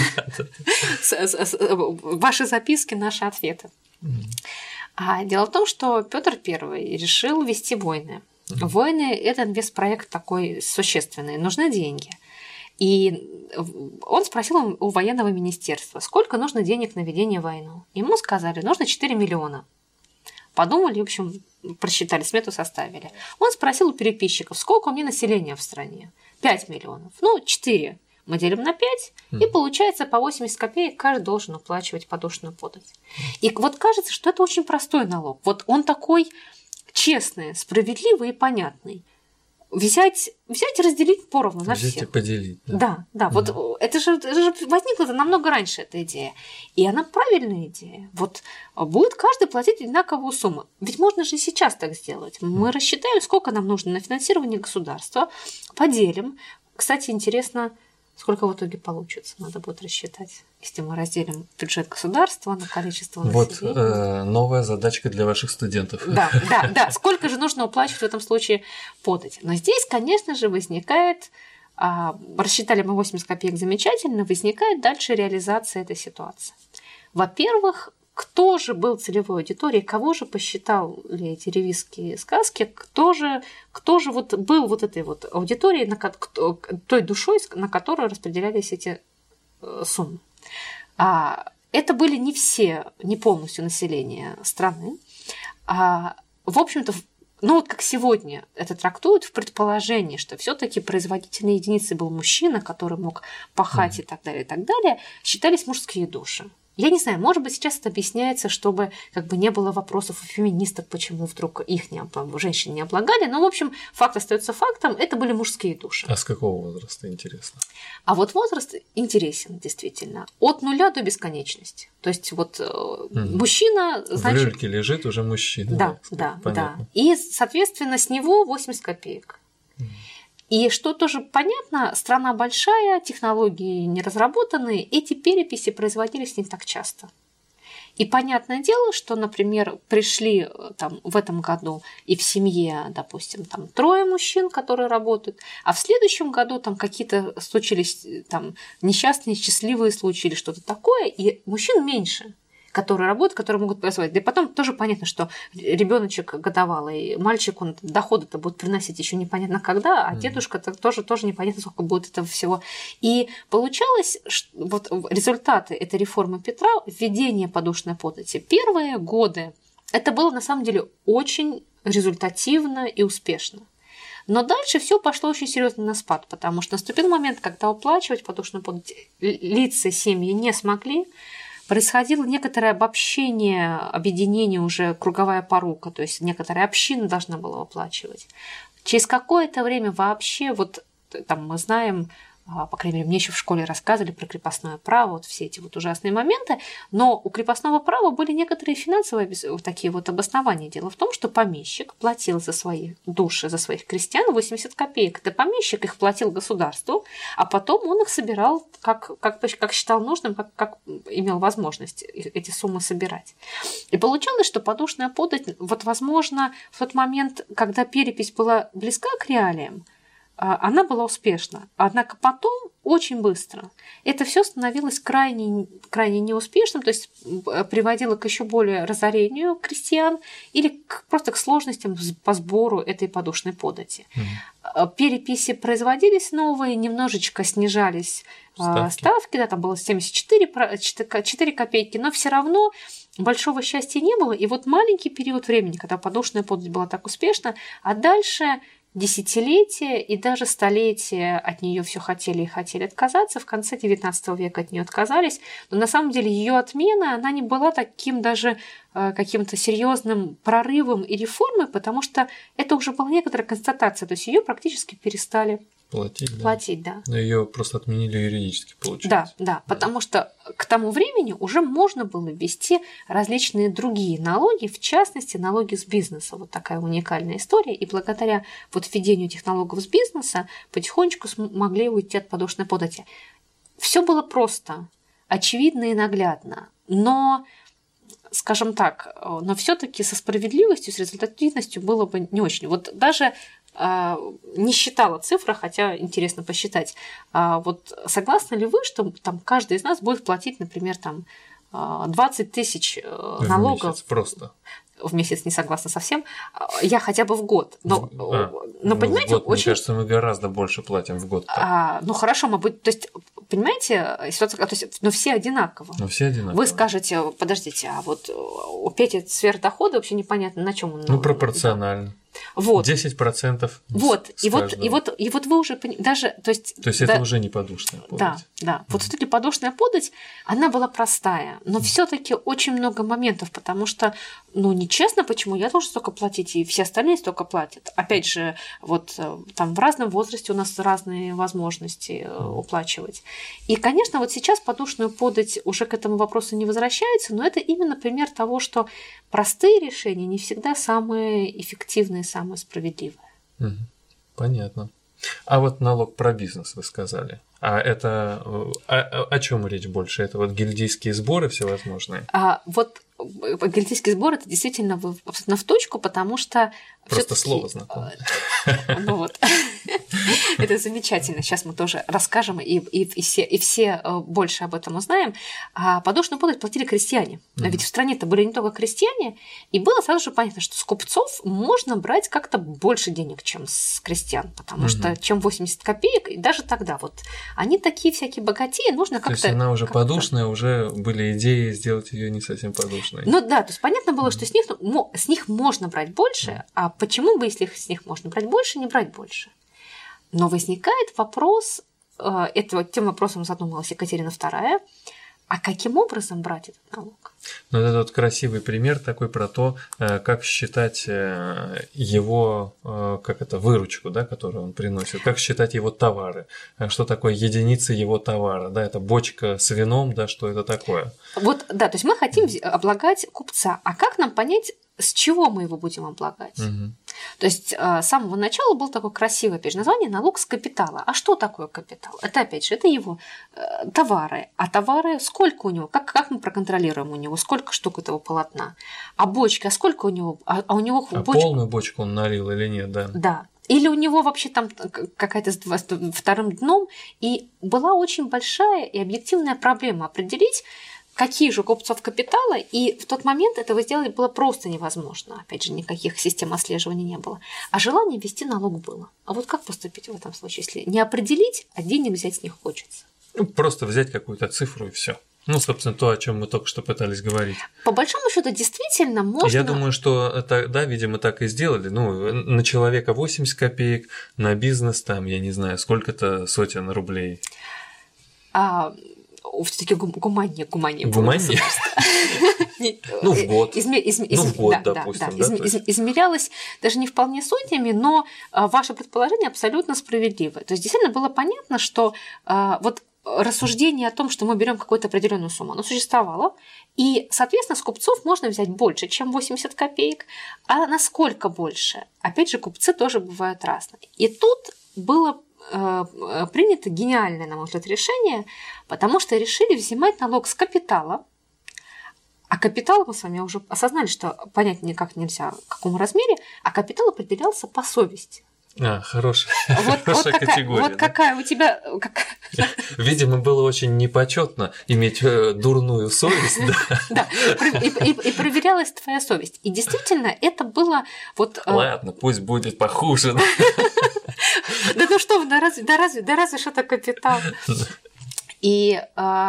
Ваши записки, наши ответы. Дело в том, что Петр I решил вести войны. Войны – это инвестпроект такой существенный, нужны деньги. И он спросил у военного министерства, сколько нужно денег на ведение войны. Ему сказали, нужно 4 миллиона. Подумали, в общем, просчитали, смету составили. Он спросил у переписчиков, сколько у меня населения в стране. 5 миллионов. 4. Мы делим на 5, и получается по 80 копеек каждый должен уплачивать подушную подать. И вот кажется, что это очень простой налог. Вот он такой честный, справедливый и понятный. взять и разделить поровну на всех. Взять и поделить. Да. Вот это же возникла намного раньше, эта идея. И она правильная идея. Вот будет каждый платить одинаковую сумму. Ведь можно же и сейчас так сделать. Мы рассчитаем, сколько нам нужно на финансирование государства, поделим. Кстати, интересно, сколько в итоге получится. Надо будет рассчитать, если мы разделим бюджет государства на количество населения. Вот новая задачка для ваших студентов. Да. Сколько же нужно уплачивать в этом случае подать? Но здесь, конечно же, возникает, рассчитали мы 80 копеек замечательно, возникает дальше реализация этой ситуации. Во-первых, кто же был целевой аудиторией, кого же посчитали эти ревизские сказки, кто же вот был вот этой вот аудиторией, той душой, на которую распределялись эти суммы. Это были не все, не полностью население страны. В общем-то, вот как сегодня это трактуют в предположении, что все-таки производительной единицей был мужчина, который мог пахать и так далее, считались мужские души. Я не знаю, может быть, сейчас это объясняется, чтобы как бы не было вопросов у феминисток, почему вдруг их женщин не облагали. Но, в общем, факт остается фактом, это были мужские души. А с какого возраста, интересно? А вот возраст интересен, действительно. От 0 до бесконечности. То есть вот мужчина... Значит, в люльке лежит уже мужчина. Да. И, соответственно, с него 80 копеек. И что тоже понятно, страна большая, технологии не разработаны, эти переписи производились не так часто. И понятное дело, что, например, пришли там, в этом году и в семье, допустим, там 3 мужчин, которые работают, а в следующем году там какие-то случились там, несчастные, счастливые случаи или что-то такое, и мужчин меньше, которые работают, которые могут производить. Да и потом тоже понятно, что ребеночек годовалый, мальчик, он доходы-то будет приносить еще непонятно когда, а дедушка-то тоже непонятно, сколько будет этого всего. И получалось, вот результаты этой реформы Петра, введение подушной подати, первые годы, это было на самом деле очень результативно и успешно. Но дальше все пошло очень серьезно на спад, потому что наступил момент, когда уплачивать подушную подать лица семьи не смогли. Происходило некоторое обобщение, объединение уже, круговая порука, то есть некоторая община должна была оплачивать. Через какое-то время вообще, вот там мы знаем, по крайней мере, мне еще в школе рассказывали про крепостное право, вот все эти вот ужасные моменты, но у крепостного права были некоторые финансовые такие вот обоснования. Дело в том, что помещик платил за свои души, за своих крестьян 80 копеек. Это помещик их платил государству, а потом он их собирал, как считал нужным, как имел возможность эти суммы собирать. И получалось, что подушная подать, вот возможно, в тот момент, когда перепись была близка к реалиям, она была успешна. Однако потом, очень быстро, это все становилось крайне неуспешным, то есть приводило к еще более разорению крестьян или просто к сложностям по сбору этой подушной подати. Переписи производились новые, немножечко снижались ставки, да, там было 74 копейки, но все равно большого счастья не было. И вот маленький период времени, когда подушная подать была так успешна, а дальше десятилетия и даже столетия от нее все хотели и хотели отказаться. В конце XIX века от нее отказались. Но на самом деле ее отмена, она не была таким даже каким-то серьезным прорывом и реформой, потому что это уже была некоторая констатация. То есть ее практически перестали платить, да. Но ее просто отменили юридически, получается. Да, потому что к тому времени уже можно было ввести различные другие налоги, в частности, налоги с бизнеса. Вот такая уникальная история. И благодаря вот введению этих налогов с бизнеса потихонечку смогли уйти от подушной подати. Все было просто, очевидно и наглядно. Но, скажем так, но все-таки со справедливостью, с результативностью было бы не очень. Вот даже не считала цифры, хотя интересно посчитать. Вот согласны ли вы, что там каждый из нас будет платить, например, там 20 тысяч налогов? В месяц просто. В месяц не согласна совсем. Я хотя бы в год. Но понимаете, в год, очень... Мне кажется, мы гораздо больше платим в год. Ну хорошо, то есть, понимаете, ситуация, то есть, но все одинаково. Вы скажете, подождите, а вот у Пети сверхдохода вообще непонятно, на чем он. Пропорционально. Вот. 10% вот. И вот вы уже даже... То есть это уже не подушная подать. Да. Вот все-таки подушная подать, она была простая, но все-таки очень много моментов, потому что, нечестно, почему я должен столько платить, и все остальные столько платят. Опять же, вот там в разном возрасте у нас разные возможности уплачивать. И, конечно, вот сейчас подушную подать уже к этому вопросу не возвращается, но это именно пример того, что простые решения не всегда самые эффективные, самые справедливые. Понятно. А вот налог про бизнес вы сказали. А это о чем речь больше? Это вот гильдийские сборы всевозможные? Вот гильдийский сбор это действительно абсолютно в точку, потому что просто слово знакомое. Это замечательно. Сейчас мы тоже расскажем и все больше об этом узнаем. Подушную подать платили крестьяне. Ведь в стране-то были не только крестьяне, и было сразу же понятно, что с купцов можно брать как-то больше денег, чем с крестьян, потому что чем 80 копеек, и даже тогда вот они такие всякие богатеи, нужно как-то... То есть она уже подушная, уже были идеи сделать ее не совсем подушной. То есть понятно было, что с них можно брать больше, а почему бы, если с них можно брать больше, не брать больше? Но возникает вопрос, тем вопросом задумалась Екатерина II, а каким образом брать этот налог? Это вот красивый пример такой про то, как считать его выручку, да, которую он приносит, как считать его товары, что такое единица его товара, да, это бочка с вином, да, что это такое. То есть мы хотим облагать купца, а как нам понять, с чего мы его будем облагать? То есть с самого начала было такое красивое, опять же, название «налог с капитала». А что такое капитал? Это, опять же, это его товары. А товары сколько у него? Как мы проконтролируем у него? Сколько штук этого полотна? А бочки? А сколько у него? У него полную бочку он налил или нет, да? Да. Или у него вообще там какая-то с вторым дном. И была очень большая и объективная проблема определить, какие же у купцов капитала, и в тот момент этого сделать было просто невозможно. Опять же, никаких систем отслеживания не было. А желание ввести налог было. А вот как поступить в этом случае, если не определить, а денег взять с них хочется? Просто взять какую-то цифру и все. Собственно, то, о чем мы только что пытались говорить. По большому счету, действительно можно... Я думаю, что это, да, видимо, так и сделали. На человека 80 копеек, на бизнес там, я не знаю, сколько-то сотен рублей. Все-таки гуманнее. Гуманнее? В год. В год, допустим. Измерялось даже не вполне сотнями, но ваше предположение абсолютно справедливое. То есть действительно было понятно, что вот рассуждение о том, что мы берем какую-то определенную сумму, оно существовало, и, соответственно, с купцов можно взять больше, чем 80 копеек, а насколько больше? Опять же, купцы тоже бывают разные. И тут было принято гениальное, на мой взгляд, решение, потому что решили взимать налог с капитала, а капитал, мы с вами уже осознали, что понять никак нельзя, в каком размере, а капитал определялся по совести. Хорошая категория. Вот какая у тебя... Видимо, было очень непочетно иметь дурную совесть. Да, и проверялась твоя совесть. И действительно, это было... Ладно, пусть будет похуже. Да что вы, да разве что-то капитал? И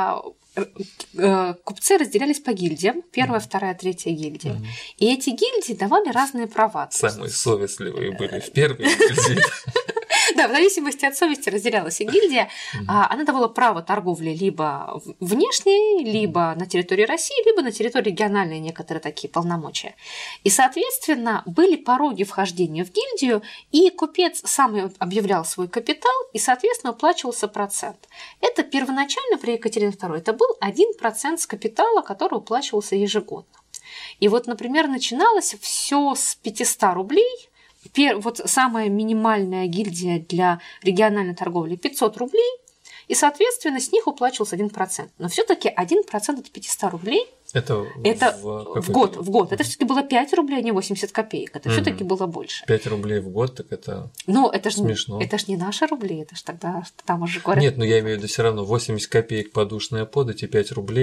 купцы разделялись по гильдиям, первая, вторая, третья гильдия. И эти гильдии давали разные права. Самые совестливые были в первой гильдии. Да, в зависимости от совести разделялась и гильдия. Она давала право торговли либо внешней, либо на территории России, либо на территории региональной, некоторые такие полномочия. И, соответственно, были пороги вхождения в гильдию, и купец сам объявлял свой капитал, и, соответственно, уплачивался процент. Это первоначально при Екатерине II это был 1% с капитала, который уплачивался ежегодно. И вот, например, начиналось все с 500 рублей. Вот самая минимальная гильдия для региональной торговли 500 рублей, и, соответственно, с них уплачивался 1%. Но все-таки 1% от 500 рублей это в год. Это все-таки было 5 рублей, а не 80 копеек. Это все-таки было больше. 5 рублей в год, так это смешно. Это ж не наши рубли, это ж тогда там уже говорят. Нет, но я имею в виду все равно 80 копеек подушная подать и 5 рублей.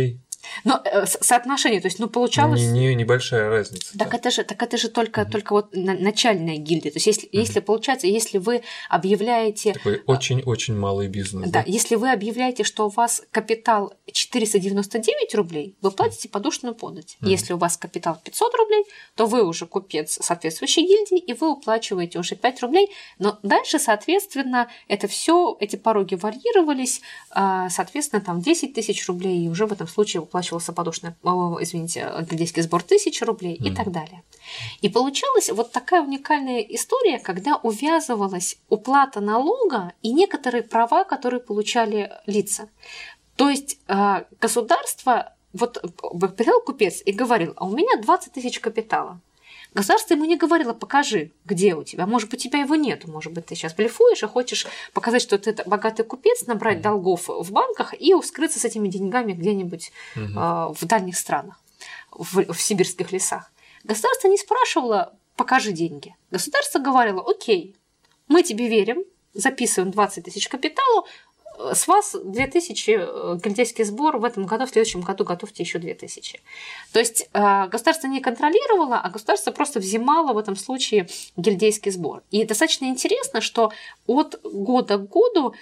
Но соотношение, то есть, получалось... Небольшая разница. Так это же только вот начальная гильдия. То есть, если получается, если вы объявляете... Такой очень-очень малый бизнес. Да, если вы объявляете, что у вас капитал 499 рублей, вы платите подушную подать. Если у вас капитал 500 рублей, то вы уже купец соответствующей гильдии, и вы уплачиваете уже 5 рублей. Но дальше, соответственно, эти пороги варьировались. Соответственно, там 10 тысяч рублей, и уже в этом случае уплачивался гильдейский сбор 1000 рублей и так далее. И получалась вот такая уникальная история, когда увязывалась уплата налога и некоторые права, которые получали лица. То есть государство, приходил купец и говорил, а у меня 20 тысяч капитала. Государство ему не говорило, покажи, где у тебя. Может быть, у тебя его нет. Может быть, ты сейчас блефуешь и хочешь показать, что ты богатый купец, набрать долгов в банках и скрыться с этими деньгами где-нибудь в дальних странах, в сибирских лесах. Государство не спрашивало, покажи деньги. Государство говорило, окей, мы тебе верим, записываем 20 тысяч капиталу, с вас 2000 гильдейский сбор в этом году, в следующем году готовьте еще 2000. То есть государство не контролировало, а государство просто взимало в этом случае гильдейский сбор. И достаточно интересно, что от года к году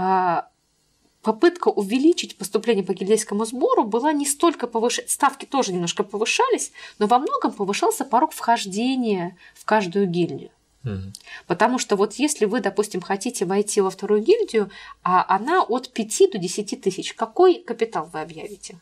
попытка увеличить поступление по гильдейскому сбору была не столько повышать, ставки тоже немножко повышались, но во многом повышался порог вхождения в каждую гильдию. Потому что если вы, допустим, хотите войти во вторую гильдию, а она от 5 до 10 тысяч, какой капитал вы объявите?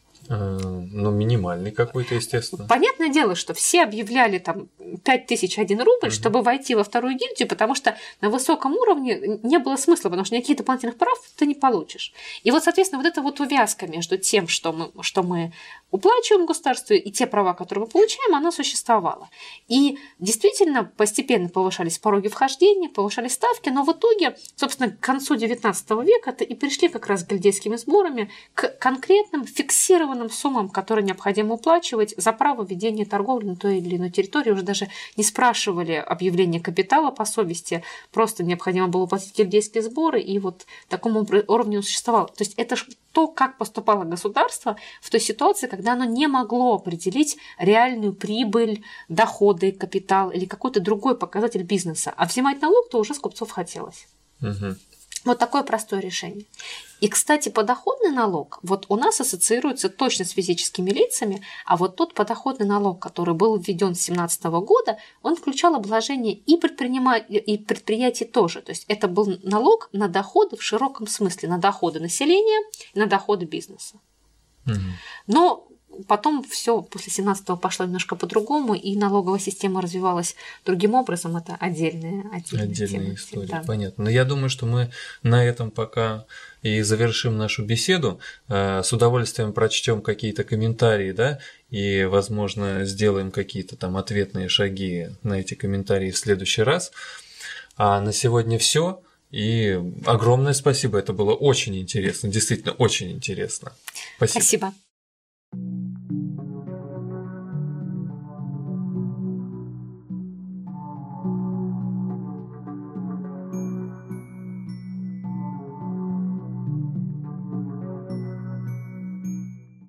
Минимальный какой-то, естественно. Понятное дело, что все объявляли 5001 рубль, чтобы войти во вторую гильдию, потому что на высоком уровне не было смысла, потому что никаких дополнительных прав ты не получишь. И соответственно, эта увязка между тем, что мы уплачиваем государству, и те права, которые мы получаем, она существовала. И действительно постепенно повышались пороги вхождения, повышались ставки, но в итоге, собственно, к концу XIX века и пришли как раз гильдейскими сборами к конкретным фиксированным суммам, которые необходимо уплачивать за право ведения торговли на той или иной территории. Уже даже не спрашивали объявление капитала по совести, просто необходимо было платить гильдейские сборы, и такому уровню существовало. То есть это то, как поступало государство в той ситуации, когда оно не могло определить реальную прибыль, доходы, капитал или какой-то другой показатель бизнеса. А взимать налог-то уже с купцов хотелось. Вот такое простое решение. И, кстати, подоходный налог у нас ассоциируется точно с физическими лицами, а тот подоходный налог, который был введен с 2017 года, он включал обложение и предприятий тоже. То есть это был налог на доходы в широком смысле, на доходы населения и на доходы бизнеса. Но потом все после 17-го пошло немножко по-другому, и налоговая система развивалась другим образом. Это отдельная история. Да. Понятно. Но я думаю, что мы на этом пока и завершим нашу беседу. С удовольствием прочтем какие-то комментарии, да, и, возможно, сделаем какие-то ответные шаги на эти комментарии в следующий раз. А на сегодня все. И огромное спасибо. Это было очень интересно, действительно очень интересно. Спасибо.